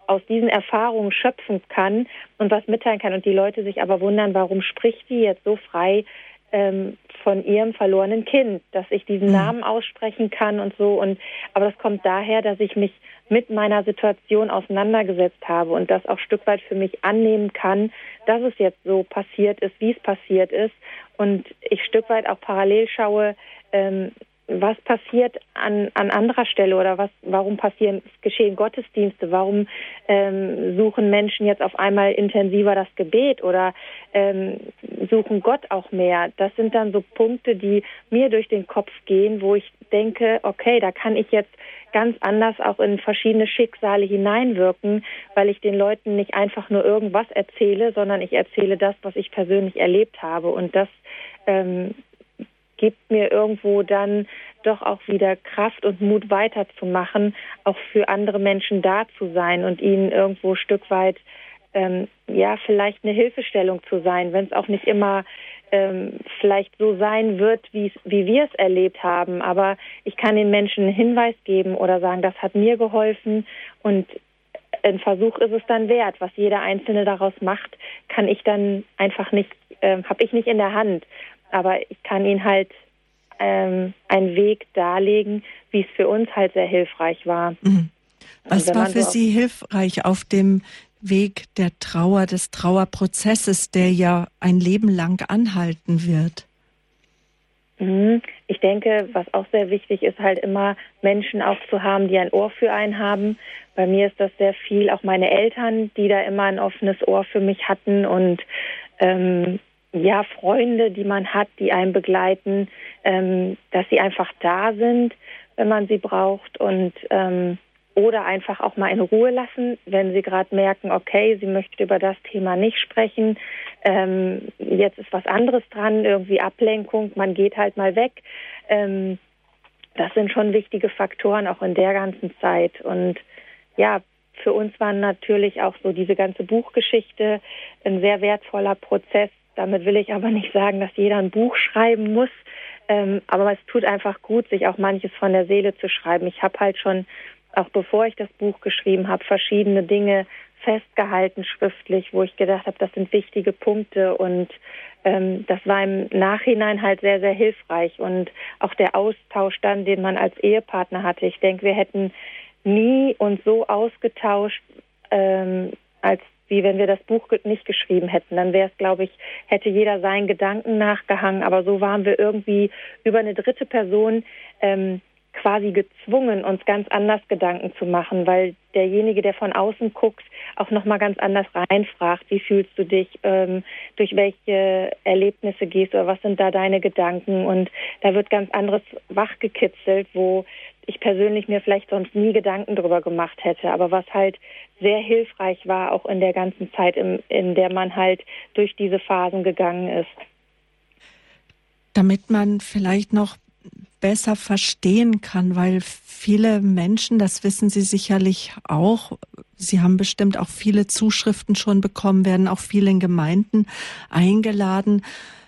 aus diesen Erfahrungen schöpfen kann und was mitteilen kann und die Leute sich aber wundern, warum spricht die jetzt so frei von ihrem verlorenen Kind, dass ich diesen Namen aussprechen kann und so. Aber das kommt daher, dass ich mich mit meiner Situation auseinandergesetzt habe und das auch ein Stück weit für mich annehmen kann, dass es jetzt so passiert ist, wie es passiert ist. Und ich ein Stück weit auch parallel schaue, was passiert an anderer Stelle oder warum geschehen Gottesdienste, warum suchen Menschen jetzt auf einmal intensiver das Gebet oder suchen Gott auch mehr. Das sind dann so Punkte, die mir durch den Kopf gehen, wo ich denke, okay, da kann ich jetzt ganz anders auch in verschiedene Schicksale hineinwirken, weil ich den Leuten nicht einfach nur irgendwas erzähle, sondern ich erzähle das, was ich persönlich erlebt habe. Und das gibt mir irgendwo dann doch auch wieder Kraft und Mut weiterzumachen, auch für andere Menschen da zu sein und ihnen irgendwo ein Stück weit vielleicht eine Hilfestellung zu sein, wenn es auch nicht immer vielleicht so sein wird, wie wir es erlebt haben. Aber ich kann den Menschen einen Hinweis geben oder sagen, das hat mir geholfen und ein Versuch ist es dann wert. Was jeder Einzelne daraus macht, kann ich dann einfach nicht, habe ich nicht in der Hand. Aber ich kann Ihnen halt einen Weg darlegen, wie es für uns halt sehr hilfreich war. Mhm. Was war für Sie hilfreich auf dem Weg der Trauer, des Trauerprozesses, der ja ein Leben lang anhalten wird? Ich denke, was auch sehr wichtig ist, halt immer Menschen auch zu haben, die ein Ohr für einen haben. Bei mir ist das sehr viel, auch meine Eltern, die da immer ein offenes Ohr für mich hatten und Freunde, die man hat, die einen begleiten, dass sie einfach da sind, wenn man sie braucht und oder einfach auch mal in Ruhe lassen, wenn sie gerade merken, okay, sie möchte über das Thema nicht sprechen, jetzt ist was anderes dran, irgendwie Ablenkung, man geht halt mal weg. Das sind schon wichtige Faktoren auch in der ganzen Zeit. Und ja, für uns war natürlich auch so diese ganze Buchgeschichte ein sehr wertvoller Prozess. Damit will ich aber nicht sagen, dass jeder ein Buch schreiben muss, aber es tut einfach gut, sich auch manches von der Seele zu schreiben. Ich habe halt schon, auch bevor ich das Buch geschrieben habe, verschiedene Dinge festgehalten schriftlich, wo ich gedacht habe, das sind wichtige Punkte und das war im Nachhinein halt sehr, sehr hilfreich und auch der Austausch dann, den man als Ehepartner hatte. Ich denke, wir hätten nie uns so ausgetauscht, als wie wenn wir das Buch nicht geschrieben hätten. Dann wäre es, glaube ich, hätte jeder seinen Gedanken nachgehangen. Aber so waren wir irgendwie über eine dritte Person quasi gezwungen, uns ganz anders Gedanken zu machen, weil derjenige, der von außen guckt, auch nochmal ganz anders reinfragt, wie fühlst du dich, durch welche Erlebnisse gehst oder was sind da deine Gedanken und da wird ganz anderes wachgekitzelt, wo ich persönlich mir vielleicht sonst nie Gedanken drüber gemacht hätte, aber was halt sehr hilfreich war, auch in der ganzen Zeit, in der man halt durch diese Phasen gegangen ist. Damit man vielleicht noch besser verstehen kann, weil viele Menschen, das wissen Sie sicherlich auch, Sie haben bestimmt auch viele Zuschriften schon bekommen, werden auch viele in Gemeinden eingeladen,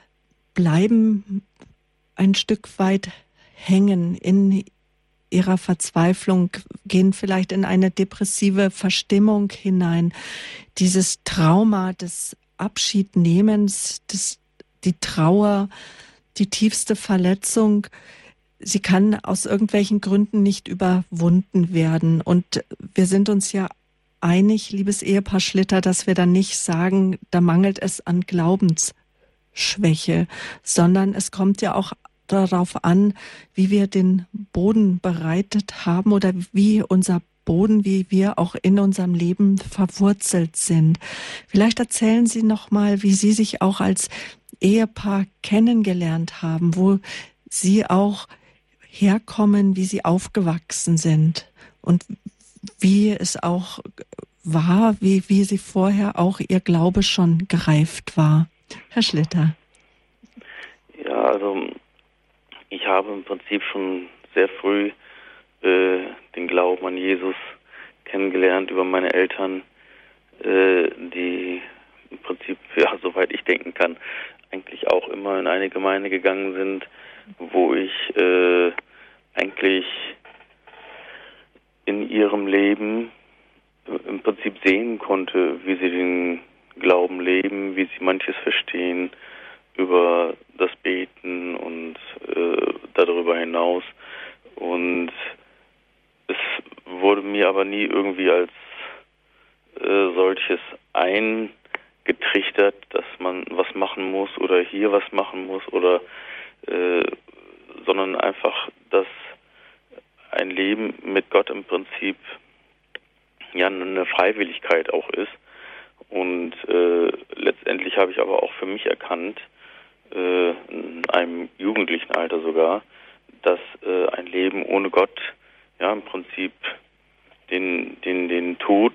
bleiben ein Stück weit hängen in ihrer Verzweiflung, gehen vielleicht in eine depressive Verstimmung hinein. Dieses Trauma des Abschiednehmens, die Trauer, die tiefste Verletzung, sie kann aus irgendwelchen Gründen nicht überwunden werden. Und wir sind uns ja einig, liebes Ehepaar Schlitter, dass wir dann nicht sagen, da mangelt es an Glaubensschwäche, sondern es kommt ja auch darauf an, wie wir den Boden bereitet haben oder wie unser Boden, wie wir auch in unserem Leben verwurzelt sind. Vielleicht erzählen Sie noch mal, wie Sie sich auch als Ehepaar kennengelernt haben, wo Sie auch herkommen, wie Sie aufgewachsen sind und wie es auch war, wie Sie vorher auch Ihr Glaube schon gereift war. Herr Schlitter. Ja, also ich habe im Prinzip schon sehr früh den Glauben an Jesus kennengelernt über meine Eltern, die im Prinzip, ja, soweit ich denken kann, eigentlich auch immer in eine Gemeinde gegangen sind, wo ich eigentlich in ihrem Leben im Prinzip sehen konnte, wie sie den Glauben leben, wie sie manches verstehen über das Beten und darüber hinaus. Und es wurde mir aber nie irgendwie als solches eingetrichtert, dass man was machen muss oder hier was machen muss oder sondern einfach, dass ein Leben mit Gott im Prinzip ja eine Freiwilligkeit auch ist. Und letztendlich habe ich aber auch für mich erkannt, in einem jugendlichen Alter sogar, dass ein Leben ohne Gott ja im Prinzip den Tod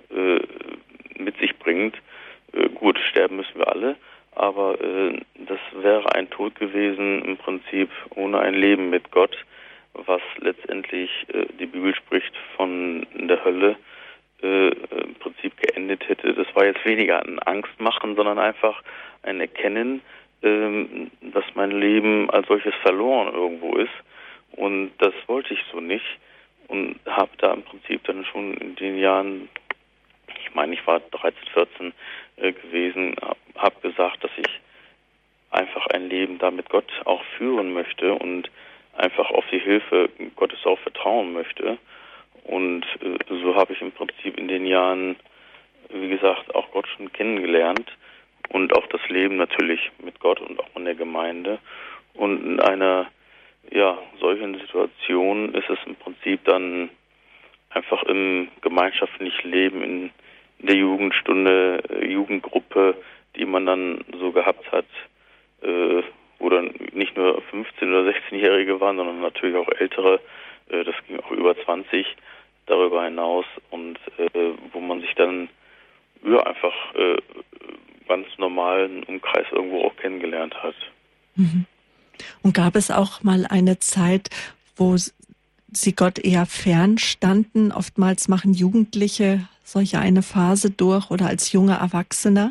mit sich bringt. Gut, sterben müssen wir alle, aber das wäre ein Tod gewesen im Prinzip ohne ein Leben mit Gott, was letztendlich die Bibel spricht von der Hölle im Prinzip geendet hätte. Das war jetzt weniger ein Angstmachen, sondern einfach ein Erkennen, dass mein Leben als solches verloren irgendwo ist. Und das wollte ich so nicht und habe da im Prinzip dann schon in den Jahren, ich meine, ich war 13, 14 gewesen, habe gesagt, dass ich einfach ein Leben da mit Gott auch führen möchte und einfach auf die Hilfe Gottes auch vertrauen möchte. Und so habe ich im Prinzip in den Jahren, wie gesagt, auch Gott schon kennengelernt und auch das Leben natürlich mit Gott und auch in der Gemeinde. Und in einer solchen Situation ist es im Prinzip dann einfach im gemeinschaftlichen Leben in der Jugendstunde, Jugendgruppe, die man dann so gehabt hat, wo dann nicht nur 15- oder 16-Jährige waren, sondern natürlich auch Ältere, das ging auch über 20 darüber hinaus und wo man sich dann einfach ganz normalen Umkreis irgendwo auch kennengelernt hat. Mhm. Und gab es auch mal eine Zeit, wo Sie Gott eher fern standen? Oftmals machen Jugendliche solche eine Phase durch oder als junge Erwachsener?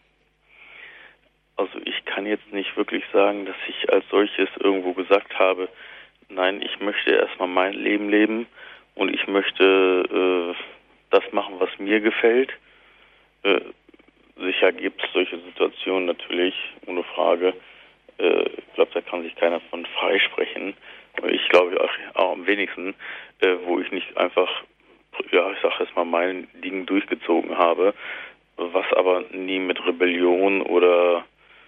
Also ich kann jetzt nicht wirklich sagen, dass ich als solches irgendwo gesagt habe, nein, ich möchte erstmal mein Leben leben und ich möchte das machen, was mir gefällt. Sicher gibt es solche Situationen natürlich, ohne Frage. Ich glaube, da kann sich keiner von freisprechen. Ich glaube auch am wenigsten, wo ich nicht einfach, ich sage jetzt mal, mein Ding durchgezogen habe, was aber nie mit Rebellion oder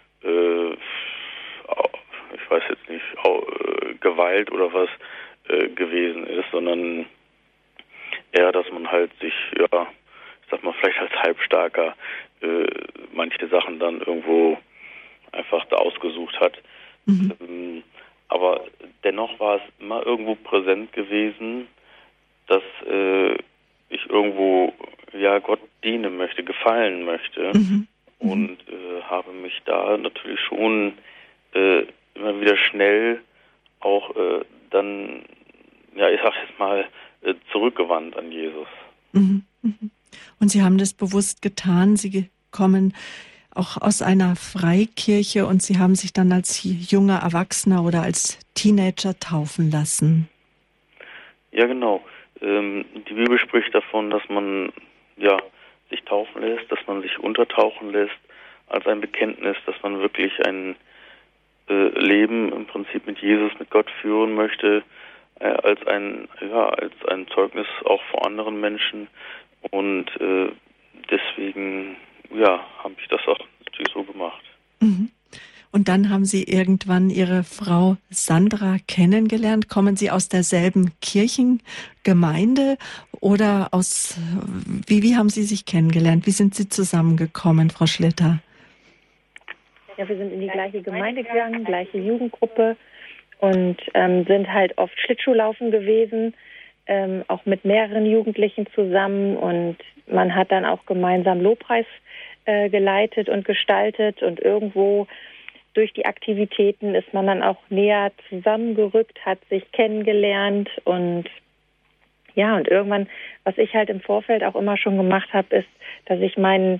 ich weiß jetzt nicht, Gewalt oder was gewesen ist, sondern eher, dass man halt sich, ich sag mal, vielleicht als Halbstarker manche Sachen dann irgendwo einfach da ausgesucht hat. Mhm. Aber dennoch war es immer irgendwo präsent gewesen, dass ich irgendwo Gott dienen möchte, gefallen möchte. Mhm. Und habe mich da natürlich schon immer wieder schnell auch dann, ich sag jetzt mal, zurückgewandt an Jesus. Mhm. Und Sie haben das bewusst getan. Sie kommen auch aus einer Freikirche und Sie haben sich dann als junger Erwachsener oder als Teenager taufen lassen. Ja, genau. Die Bibel spricht davon, dass man sich taufen lässt, dass man sich untertauchen lässt, als ein Bekenntnis, dass man wirklich ein Leben im Prinzip mit Jesus, mit Gott führen möchte, als ein Zeugnis auch vor anderen Menschen. Und deswegen habe ich das auch natürlich so gemacht. Mhm. Und dann haben Sie irgendwann Ihre Frau Sandra kennengelernt. Kommen Sie aus derselben Kirchengemeinde oder wie haben Sie sich kennengelernt? Wie sind Sie zusammengekommen, Frau Schlitter? Ja, wir sind in die gleiche Gemeinde gegangen, gleiche Jugendgruppe und sind halt oft Schlittschuhlaufen gewesen, auch mit mehreren Jugendlichen zusammen, und man hat dann auch gemeinsam Lobpreis geleitet und gestaltet, und irgendwo durch die Aktivitäten ist man dann auch näher zusammengerückt, hat sich kennengelernt und irgendwann, was ich halt im Vorfeld auch immer schon gemacht habe, ist, dass ich meinen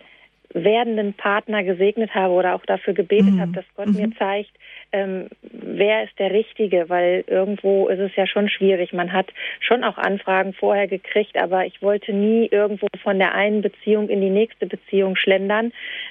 werdenden Partner gesegnet habe oder auch dafür gebetet habe, dass Gott mir zeigt, wer ist der Richtige, weil irgendwo ist es ja schon schwierig. Man hat schon auch Anfragen vorher gekriegt, aber ich wollte nie irgendwo von der einen Beziehung in die nächste Beziehung schlendern.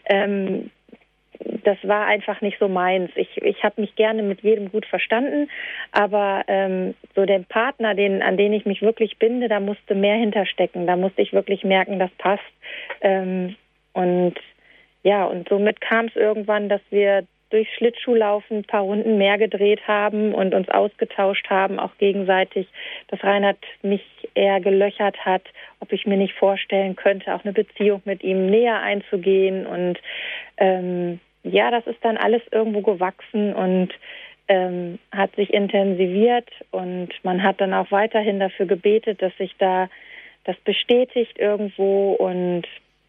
Das war einfach nicht so meins. Ich habe mich gerne mit jedem gut verstanden, aber so den Partner, an den ich mich wirklich binde, da musste mehr hinterstecken. Da musste ich wirklich merken, das passt. Und somit kam es irgendwann, dass wir durch Schlittschuhlaufen ein paar Runden mehr gedreht haben und uns ausgetauscht haben, auch gegenseitig, dass Reinhard mich eher gelöchert hat, ob ich mir nicht vorstellen könnte, auch eine Beziehung mit ihm näher einzugehen. Und das ist dann alles irgendwo gewachsen und hat sich intensiviert. Und man hat dann auch weiterhin dafür gebetet, dass sich da das bestätigt irgendwo. Und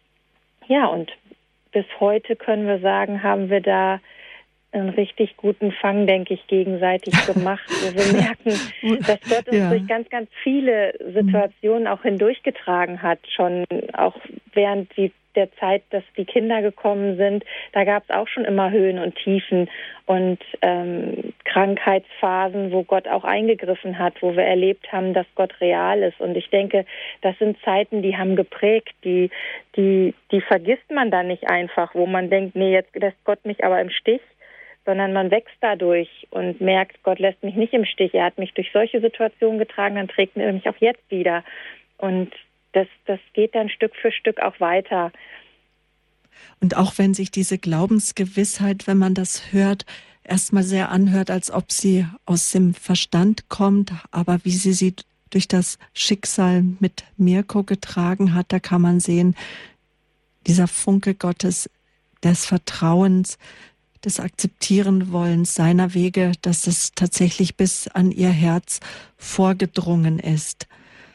bis heute können wir sagen, haben wir da einen richtig guten Fang, denke ich, gegenseitig gemacht, wo wir merken, dass Gott uns durch ganz, ganz viele Situationen auch hindurchgetragen hat, schon auch während der Zeit, dass die Kinder gekommen sind. Da gab es auch schon immer Höhen und Tiefen und Krankheitsphasen, wo Gott auch eingegriffen hat, wo wir erlebt haben, dass Gott real ist. Und ich denke, das sind Zeiten, die haben geprägt, die vergisst man dann nicht einfach, wo man denkt, nee, jetzt lässt Gott mich aber im Stich, sondern man wächst dadurch und merkt, Gott lässt mich nicht im Stich. Er hat mich durch solche Situationen getragen, dann trägt er mich auch jetzt wieder. Und das geht dann Stück für Stück auch weiter. Und auch wenn sich diese Glaubensgewissheit, wenn man das hört, erstmal sehr anhört, als ob sie aus dem Verstand kommt, aber wie sie durch das Schicksal mit Mirko getragen hat, da kann man sehen, dieser Funke Gottes, des Vertrauens, des Akzeptierenwollens seiner Wege, dass es tatsächlich bis an ihr Herz vorgedrungen ist.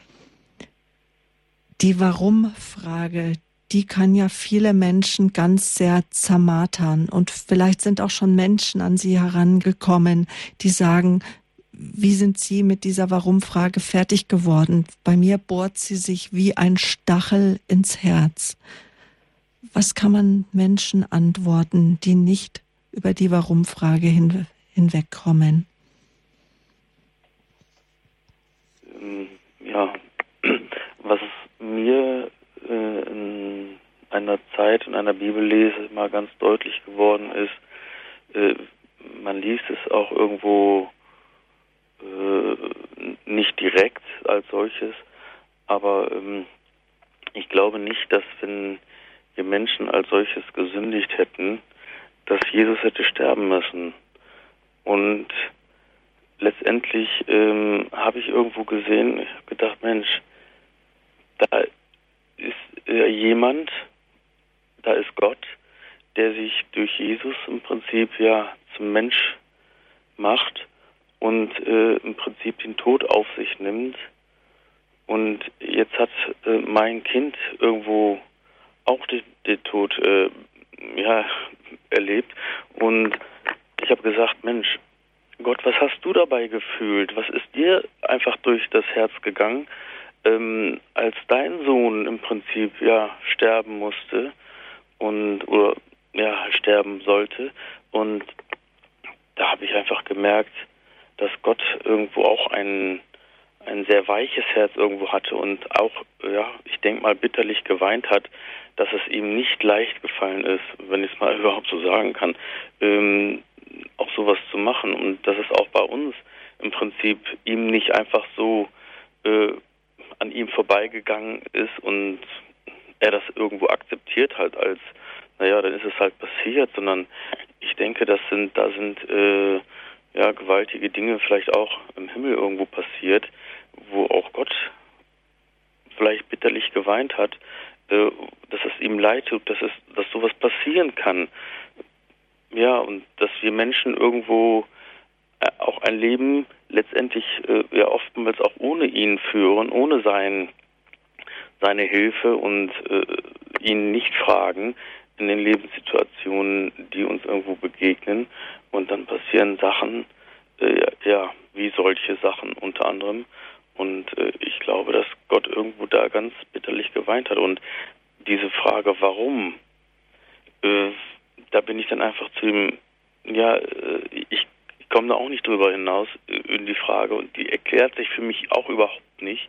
Die Warum-Frage, die kann ja viele Menschen ganz sehr zermartern. Und vielleicht sind auch schon Menschen an Sie herangekommen, die sagen, wie sind Sie mit dieser Warum-Frage fertig geworden? Bei mir bohrt sie sich wie ein Stachel ins Herz. Was kann man Menschen antworten, die nicht über die Warum-Frage hinwegkommen? Was mir in einer Zeit, in einer Bibellese mal ganz deutlich geworden ist, man liest es auch irgendwo nicht direkt als solches, aber ich glaube nicht, dass wenn wir Menschen als solches gesündigt hätten, dass Jesus hätte sterben müssen. Und letztendlich habe ich irgendwo gesehen, ich habe gedacht, Mensch, da ist jemand, da ist Gott, der sich durch Jesus im Prinzip zum Mensch macht und im Prinzip den Tod auf sich nimmt. Und jetzt hat mein Kind irgendwo auch den Tod erlebt. Und ich habe gesagt, Mensch, Gott, was hast du dabei gefühlt? Was ist dir einfach durch das Herz gegangen, als dein Sohn im Prinzip sterben musste oder sterben sollte? Und da habe ich einfach gemerkt, dass Gott irgendwo auch ein sehr weiches Herz irgendwo hatte und auch, ich denke mal, bitterlich geweint hat, dass es ihm nicht leicht gefallen ist, wenn ich es mal überhaupt so sagen kann, auch sowas zu machen. Und dass es auch bei uns im Prinzip ihm nicht einfach so an ihm vorbeigegangen ist und er das irgendwo akzeptiert halt als, dann ist es halt passiert, sondern ich denke, da sind gewaltige Dinge vielleicht auch im Himmel irgendwo passiert, wo auch Gott vielleicht bitterlich geweint hat, dass es ihm leid tut, dass sowas passieren kann. Ja, und dass wir Menschen irgendwo auch ein Leben letztendlich oftmals auch ohne ihn führen, ohne seine Hilfe und ihn nicht fragen in den Lebenssituationen, die uns irgendwo begegnen. Und dann passieren Sachen, wie solche Sachen unter anderem. Und ich glaube, dass Gott irgendwo da ganz bitterlich geweint hat. Und diese Frage, warum, da bin ich dann einfach zu ihm, ich komme da auch nicht drüber hinaus in die Frage und die erklärt sich für mich auch überhaupt nicht.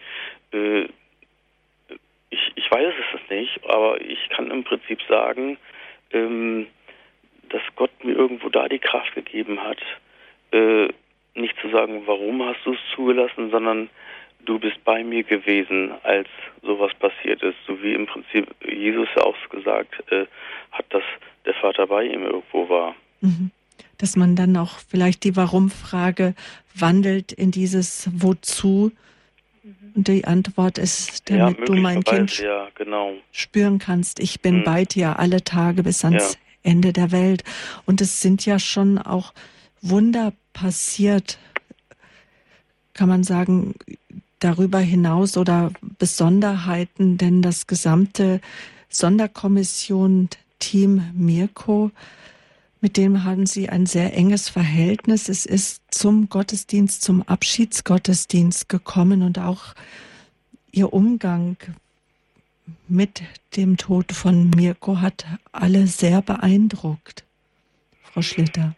Ich weiß es nicht, aber ich kann im Prinzip sagen, dass Gott mir irgendwo da die Kraft gegeben hat, nicht zu sagen, warum hast du es zugelassen, sondern du bist bei mir gewesen, als sowas passiert ist. So wie im Prinzip Jesus ja auch gesagt hat, dass der Vater bei ihm irgendwo war. Mhm. Dass man dann auch vielleicht die Warum-Frage wandelt in dieses Wozu. Und die Antwort ist, damit du mein Kind spüren kannst. Ich bin bei dir alle Tage bis ans Ende der Welt. Und es sind ja schon auch Wunder passiert, kann man sagen, darüber hinaus oder Besonderheiten, denn das gesamte Sonderkommission-Team Mirko, mit dem haben Sie ein sehr enges Verhältnis. Es ist zum Gottesdienst, zum Abschiedsgottesdienst gekommen und auch Ihr Umgang mit dem Tod von Mirko hat alle sehr beeindruckt. Frau Schlitter.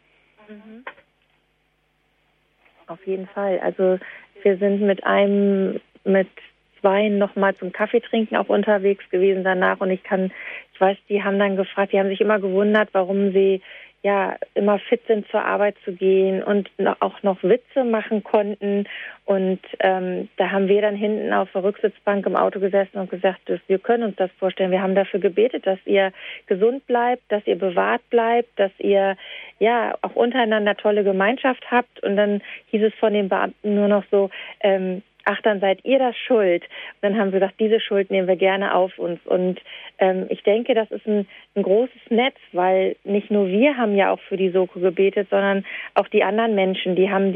Auf jeden Fall. Also wir sind mit zwei nochmal zum Kaffeetrinken auch unterwegs gewesen danach und ich weiß, die haben dann gefragt, die haben sich immer gewundert, warum sie immer fit sind, zur Arbeit zu gehen und auch noch Witze machen konnten. Und da haben wir dann hinten auf der Rücksitzbank im Auto gesessen und gesagt, wir können uns das vorstellen. Wir haben dafür gebetet, dass ihr gesund bleibt, dass ihr bewahrt bleibt, dass ihr auch untereinander tolle Gemeinschaft habt. Und dann hieß es von den Beamten nur noch so, dann seid ihr das schuld. Und dann haben wir gesagt, diese Schuld nehmen wir gerne auf uns. Und ich denke, das ist ein großes Netz, weil nicht nur wir haben ja auch für die Soko gebetet, sondern auch die anderen Menschen, die haben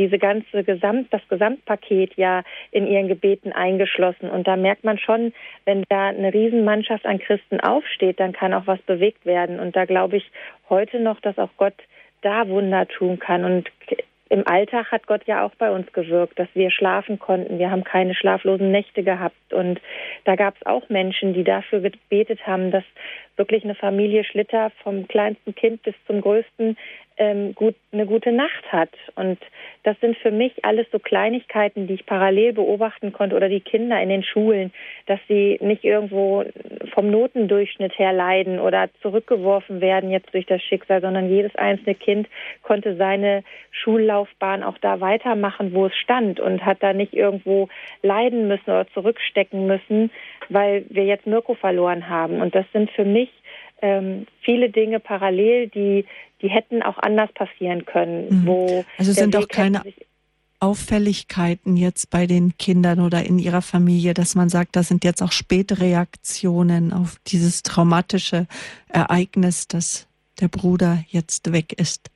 das Gesamtpaket ja in ihren Gebeten eingeschlossen. Und da merkt man schon, wenn da eine Riesenmannschaft an Christen aufsteht, dann kann auch was bewegt werden. Und da glaube ich heute noch, dass auch Gott da Wunder tun kann. Und im Alltag hat Gott ja auch bei uns gewirkt, dass wir schlafen konnten. Wir haben keine schlaflosen Nächte gehabt. Und da gab es auch Menschen, die dafür gebetet haben, dass wirklich eine Familie Schlitter vom kleinsten Kind bis zum größten eine gute Nacht hat. Und das sind für mich alles so Kleinigkeiten, die ich parallel beobachten konnte oder die Kinder in den Schulen, dass sie nicht irgendwo vom Notendurchschnitt her leiden oder zurückgeworfen werden jetzt durch das Schicksal, sondern jedes einzelne Kind konnte seine Schullaufbahn auch da weitermachen, wo es stand und hat da nicht irgendwo leiden müssen oder zurückstecken müssen, weil wir jetzt Mirko verloren haben. Und das sind für mich viele Dinge parallel, die hätten auch anders passieren können. Also sind auch keine Auffälligkeiten jetzt bei den Kindern oder in ihrer Familie, dass man sagt, das sind jetzt auch Spätreaktionen auf dieses traumatische Ereignis, dass der Bruder jetzt weg ist?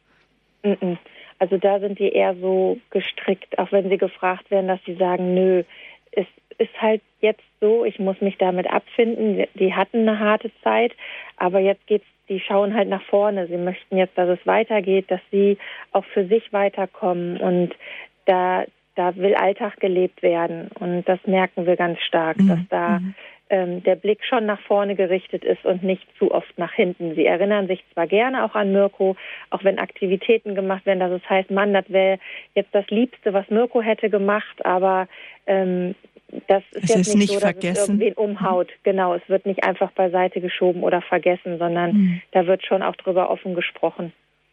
Also da sind die eher so gestrickt, auch wenn sie gefragt werden, dass sie sagen, nö, es ist halt jetzt so, ich muss mich damit abfinden. Die hatten eine harte Zeit, aber jetzt die schauen halt nach vorne. Sie möchten jetzt, dass es weitergeht, dass sie auch für sich weiterkommen und da will Alltag gelebt werden und das merken wir ganz stark, dass da der Blick schon nach vorne gerichtet ist und nicht zu oft nach hinten. Sie erinnern sich zwar gerne auch an Mirko, auch wenn Aktivitäten gemacht werden, dass es heißt, Mann, das wäre jetzt das Liebste, was Mirko hätte gemacht, aber das ist jetzt nicht so, dass es irgendwen umhaut. Genau, es wird nicht einfach beiseite geschoben oder vergessen, sondern da wird schon auch drüber offen gesprochen.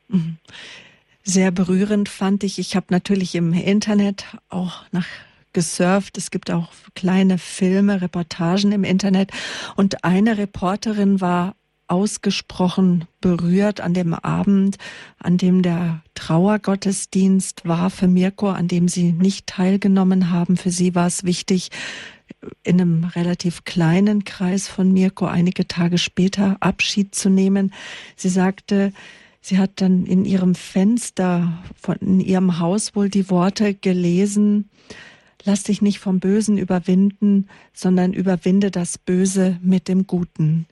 Sehr berührend fand ich. Ich habe natürlich im Internet auch gesurft. Es gibt auch kleine Filme, Reportagen im Internet. Und eine Reporterin war ausgesprochen berührt an dem Abend, an dem der Trauergottesdienst war für Mirko, an dem sie nicht teilgenommen haben. Für sie war es wichtig, in einem relativ kleinen Kreis von Mirko einige Tage später Abschied zu nehmen. Sie sagte, sie hat dann in ihrem Fenster in ihrem Haus wohl die Worte gelesen: Lass dich nicht vom Bösen überwinden, sondern überwinde das Böse mit dem Guten.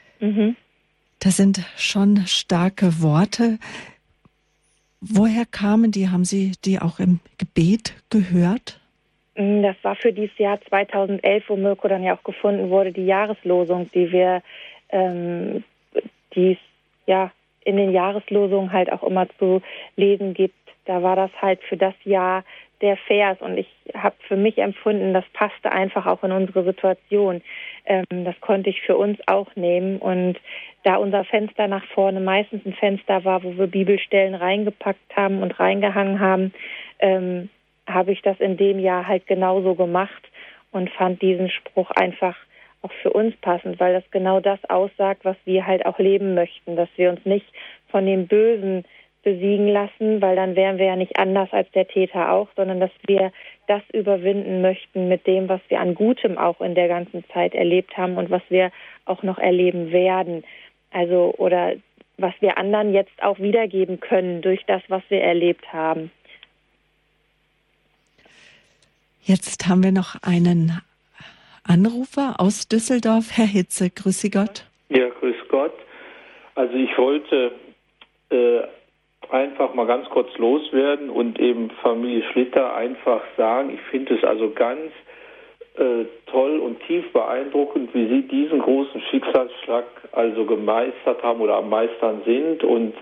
Das sind schon starke Worte. Woher kamen die? Haben Sie die auch im Gebet gehört? Das war für dieses Jahr 2011, wo Mirko dann ja auch gefunden wurde, die Jahreslosung, die wir, die in den Jahreslosungen halt auch immer zu lesen gibt. Da war das halt für das Jahr der Vers und ich habe für mich empfunden, das passte einfach auch in unsere Situation. Das konnte ich für uns auch nehmen und da unser Fenster nach vorne meistens ein Fenster war, wo wir Bibelstellen reingepackt haben und reingehangen haben, habe ich das in dem Jahr halt genauso gemacht und fand diesen Spruch einfach auch für uns passend, weil das genau das aussagt, was wir halt auch leben möchten, dass wir uns nicht von dem Bösen besiegen lassen, weil dann wären wir ja nicht anders als der Täter auch, sondern dass wir das überwinden möchten mit dem, was wir an Gutem auch in der ganzen Zeit erlebt haben und was wir auch noch erleben werden. Also, oder was wir anderen jetzt auch wiedergeben können durch das, was wir erlebt haben. Jetzt haben wir noch einen Anrufer aus Düsseldorf. Herr Hitze, grüß Sie Gott. Ja, grüß Gott. Also ich wollte einfach mal ganz kurz loswerden und eben Familie Schlitter einfach sagen, ich finde es also ganz toll und tief beeindruckend, wie Sie diesen großen Schicksalsschlag also gemeistert haben oder am Meistern sind und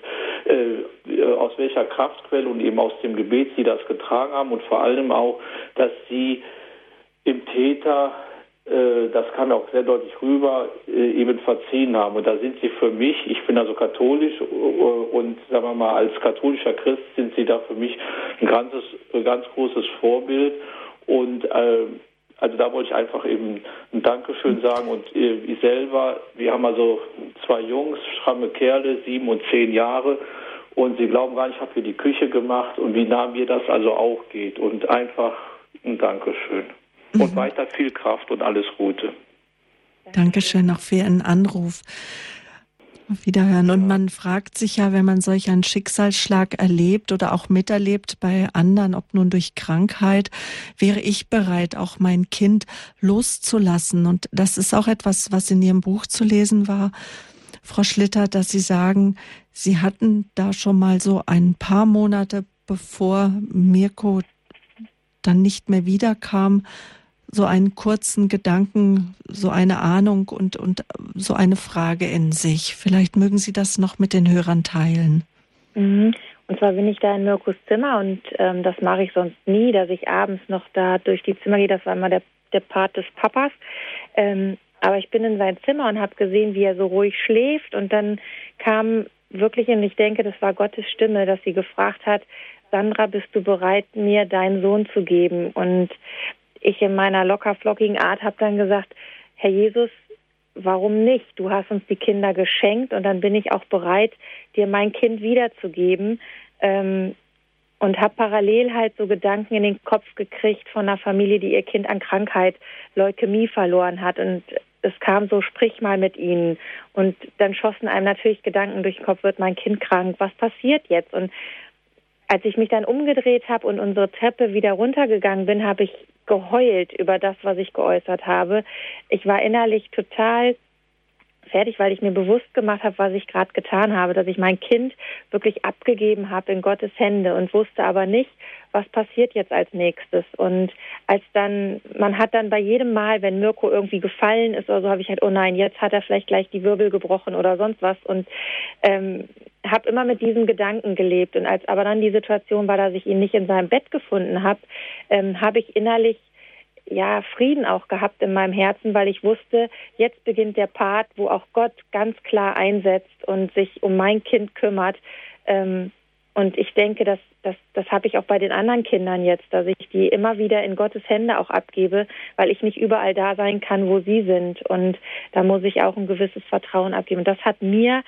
aus welcher Kraftquelle und eben aus dem Gebet Sie das getragen haben und vor allem auch, dass Sie im Täter, das kam auch sehr deutlich rüber, eben verziehen haben. Und da sind Sie für mich, ich bin also katholisch und sagen wir mal, als katholischer Christ sind Sie da für mich ein ganz großes Vorbild. Und also da wollte ich einfach eben ein Dankeschön sagen. Und ich selber, wir haben also 2 Jungs, stramme Kerle, 7 und 10 Jahre. Und Sie glauben gar nicht, ich habe hier die Küche gemacht und wie nah mir das also auch geht. Und einfach ein Dankeschön. Und weiter viel Kraft und alles Gute. Dankeschön noch für Ihren Anruf. Auf Wiederhören. Und man fragt sich ja, wenn man solch einen Schicksalsschlag erlebt oder auch miterlebt bei anderen, ob nun durch Krankheit, wäre ich bereit, auch mein Kind loszulassen. Und das ist auch etwas, was in Ihrem Buch zu lesen war, Frau Schlitter, dass Sie sagen, Sie hatten da schon mal so ein paar Monate, bevor Mirko dann nicht mehr wiederkam, so einen kurzen Gedanken, so eine Ahnung und so eine Frage in sich. Vielleicht mögen Sie das noch mit den Hörern teilen. Und zwar bin ich da in Mirkos Zimmer und das mache ich sonst nie, dass ich abends noch da durch die Zimmer gehe. Das war immer der Part des Papas. Aber ich bin in sein Zimmer und habe gesehen, wie er so ruhig schläft. Und dann kam wirklich, und ich denke, das war Gottes Stimme, dass sie gefragt hat, Sandra, bist du bereit, mir deinen Sohn zu geben? Und ich in meiner lockerflockigen Art habe dann gesagt, Herr Jesus, warum nicht? Du hast uns die Kinder geschenkt und dann bin ich auch bereit, dir mein Kind wiederzugeben. Und habe parallel halt so Gedanken in den Kopf gekriegt von einer Familie, die ihr Kind an Krankheit, Leukämie verloren hat. Und es kam so, sprich mal mit ihnen. Und dann schossen einem natürlich Gedanken durch den Kopf, wird mein Kind krank? Was passiert jetzt? Und als ich mich dann umgedreht habe und unsere Treppe wieder runtergegangen bin, habe ich geheult über das, was ich geäußert habe. Ich war innerlich total fertig, weil ich mir bewusst gemacht habe, was ich gerade getan habe, dass ich mein Kind wirklich abgegeben habe in Gottes Hände und wusste aber nicht, was passiert jetzt als nächstes. Und als dann, man hat dann bei jedem Mal, wenn Mirko irgendwie gefallen ist oder so, habe ich halt, oh nein, jetzt hat er vielleicht gleich die Wirbel gebrochen oder sonst was und habe immer mit diesem Gedanken gelebt. Und als aber dann die Situation war, dass ich ihn nicht in seinem Bett gefunden habe, habe ich innerlich Frieden auch gehabt in meinem Herzen, weil ich wusste, jetzt beginnt der Part, wo auch Gott ganz klar einsetzt und sich um mein Kind kümmert. Und ich denke, das habe ich auch bei den anderen Kindern jetzt, dass ich die immer wieder in Gottes Hände auch abgebe, weil ich nicht überall da sein kann, wo sie sind. Und da muss ich auch ein gewisses Vertrauen abgeben. Und das hat mir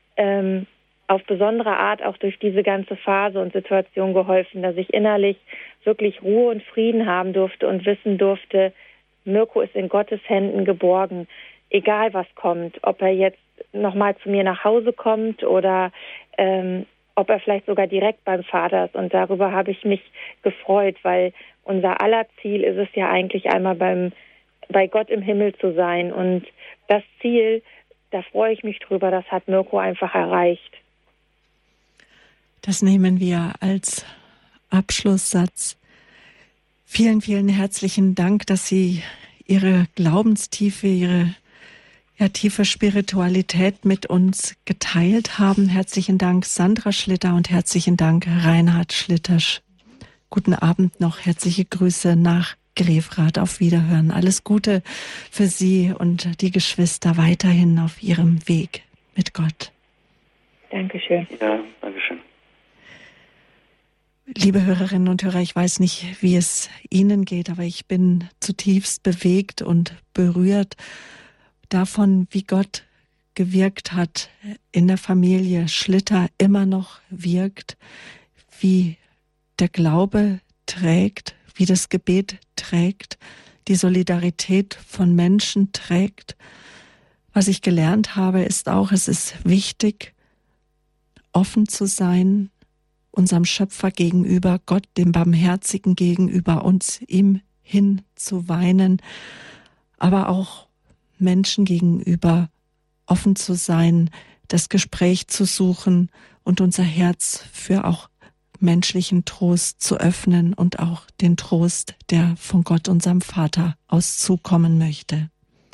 auf besondere Art auch durch diese ganze Phase und Situation geholfen, dass ich innerlich wirklich Ruhe und Frieden haben durfte und wissen durfte, Mirko ist in Gottes Händen geborgen, egal was kommt, ob er jetzt nochmal zu mir nach Hause kommt oder ob er vielleicht sogar direkt beim Vater ist. Und darüber habe ich mich gefreut, weil unser aller Ziel ist es ja eigentlich einmal bei Gott im Himmel zu sein. Und das Ziel, da freue ich mich drüber, das hat Mirko einfach erreicht. Das nehmen wir als Abschlusssatz. Vielen, vielen herzlichen Dank, dass Sie Ihre Glaubenstiefe, Ihre tiefe Spiritualität mit uns geteilt haben. Herzlichen Dank, Sandra Schlitter, und herzlichen Dank, Reinhard Schlitter. Guten Abend noch. Herzliche Grüße nach Grefrath. Auf Wiederhören. Alles Gute für Sie und die Geschwister weiterhin auf Ihrem Weg mit Gott. Dankeschön. Ja, Dankeschön. Liebe Hörerinnen und Hörer, ich weiß nicht, wie es Ihnen geht, aber ich bin zutiefst bewegt und berührt davon, wie Gott gewirkt hat in der Familie Schlitter, immer noch wirkt, wie der Glaube trägt, wie das Gebet trägt, die Solidarität von Menschen trägt. Was ich gelernt habe, ist auch, es ist wichtig, offen zu sein, unserem Schöpfer gegenüber, Gott, dem Barmherzigen gegenüber, uns ihm hin zu weinen, aber auch Menschen gegenüber offen zu sein, das Gespräch zu suchen und unser Herz für auch menschlichen Trost zu öffnen und auch den Trost, der von Gott, unserem Vater, aus zukommen möchte.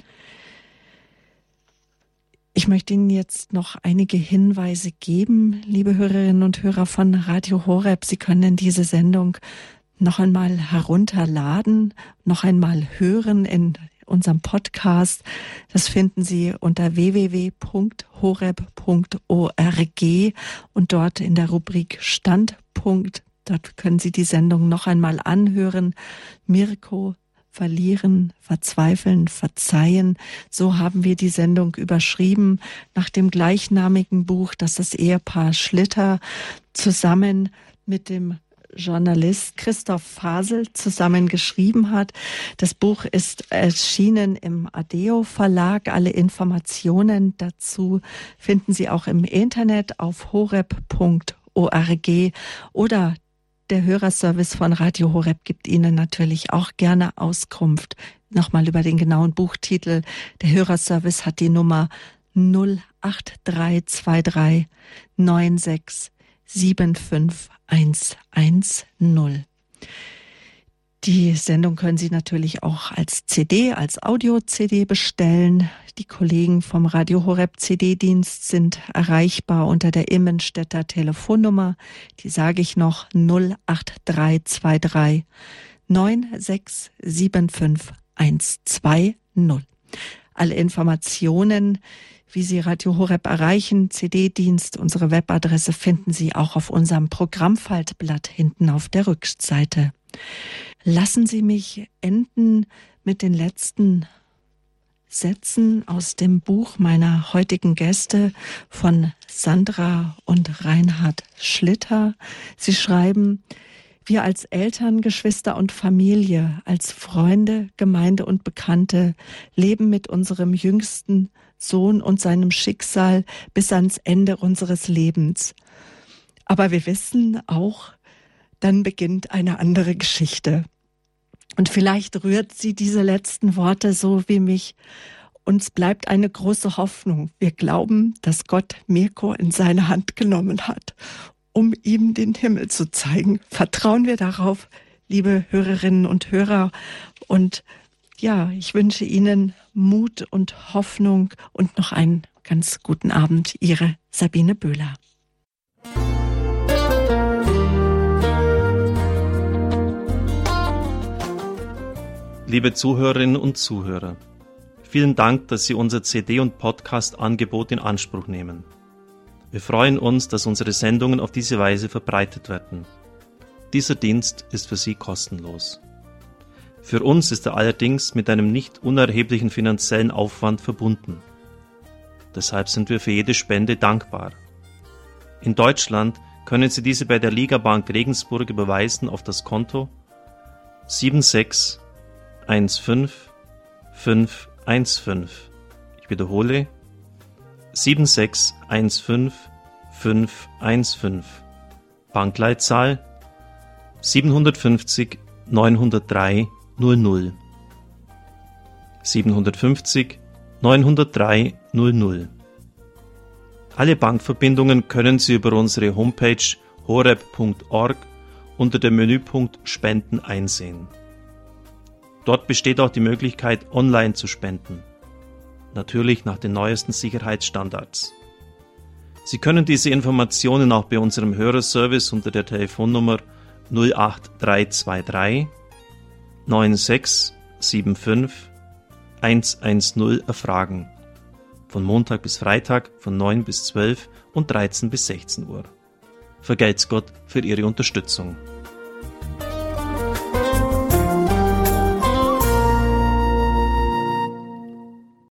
Ich möchte Ihnen jetzt noch einige Hinweise geben, liebe Hörerinnen und Hörer von Radio Horeb. Sie können diese Sendung noch einmal herunterladen, noch einmal hören in unserem Podcast. Das finden Sie unter www.horeb.org und dort in der Rubrik Standpunkt. Dort können Sie die Sendung noch einmal anhören. Mirko, verlieren, verzweifeln, verzeihen. So haben wir die Sendung überschrieben nach dem gleichnamigen Buch, das das Ehepaar Schlitter zusammen mit dem Journalist Christoph Fasel zusammen geschrieben hat. Das Buch ist erschienen im Adeo Verlag. Alle Informationen dazu finden Sie auch im Internet auf horeb.org oder der Hörerservice von Radio Horeb gibt Ihnen natürlich auch gerne Auskunft. Nochmal über den genauen Buchtitel. Der Hörerservice hat die Nummer 08323 96 75110. Die Sendung können Sie natürlich auch als CD, als Audio-CD bestellen. Die Kollegen vom Radio Horeb CD-Dienst sind erreichbar unter der Immenstädter Telefonnummer. Die sage ich noch, 08323 96 75120. Alle Informationen, wie Sie Radio Horeb erreichen, CD-Dienst, unsere Webadresse finden Sie auch auf unserem Programmfaltblatt hinten auf der Rückseite. Lassen Sie mich enden mit den letzten Sätzen aus dem Buch meiner heutigen Gäste von Sandra und Reinhard Schlitter. Sie schreiben: Wir als Eltern, Geschwister und Familie, als Freunde, Gemeinde und Bekannte leben mit unserem jüngsten Sohn und seinem Schicksal bis ans Ende unseres Lebens. Aber wir wissen auch, dann beginnt eine andere Geschichte. Und vielleicht rührt sie diese letzten Worte so wie mich. Uns bleibt eine große Hoffnung. Wir glauben, dass Gott Mirko in seine Hand genommen hat, um ihm den Himmel zu zeigen. Vertrauen wir darauf, liebe Hörerinnen und Hörer. Und ja, ich wünsche Ihnen Mut und Hoffnung und noch einen ganz guten Abend. Ihre Sabine Böhler. Liebe Zuhörerinnen und Zuhörer, vielen Dank, dass Sie unser CD- und Podcast-Angebot in Anspruch nehmen. Wir freuen uns, dass unsere Sendungen auf diese Weise verbreitet werden. Dieser Dienst ist für Sie kostenlos. Für uns ist er allerdings mit einem nicht unerheblichen finanziellen Aufwand verbunden. Deshalb sind wir für jede Spende dankbar. In Deutschland können Sie diese bei der Ligabank Regensburg überweisen auf das Konto 7615515. Ich wiederhole 7615515. Bankleitzahl 750 903 00. 750 903 00. Alle Bankverbindungen können Sie über unsere Homepage horeb.org unter dem Menüpunkt Spenden einsehen. Dort besteht auch die Möglichkeit, online zu spenden. natürlich nach den neuesten Sicherheitsstandards. Sie können diese Informationen auch bei unserem Hörerservice unter der Telefonnummer 08323 9675 110 erfragen. Von Montag bis Freitag von 9 bis 12 und 13 bis 16 Uhr. Vergelt's Gott für Ihre Unterstützung.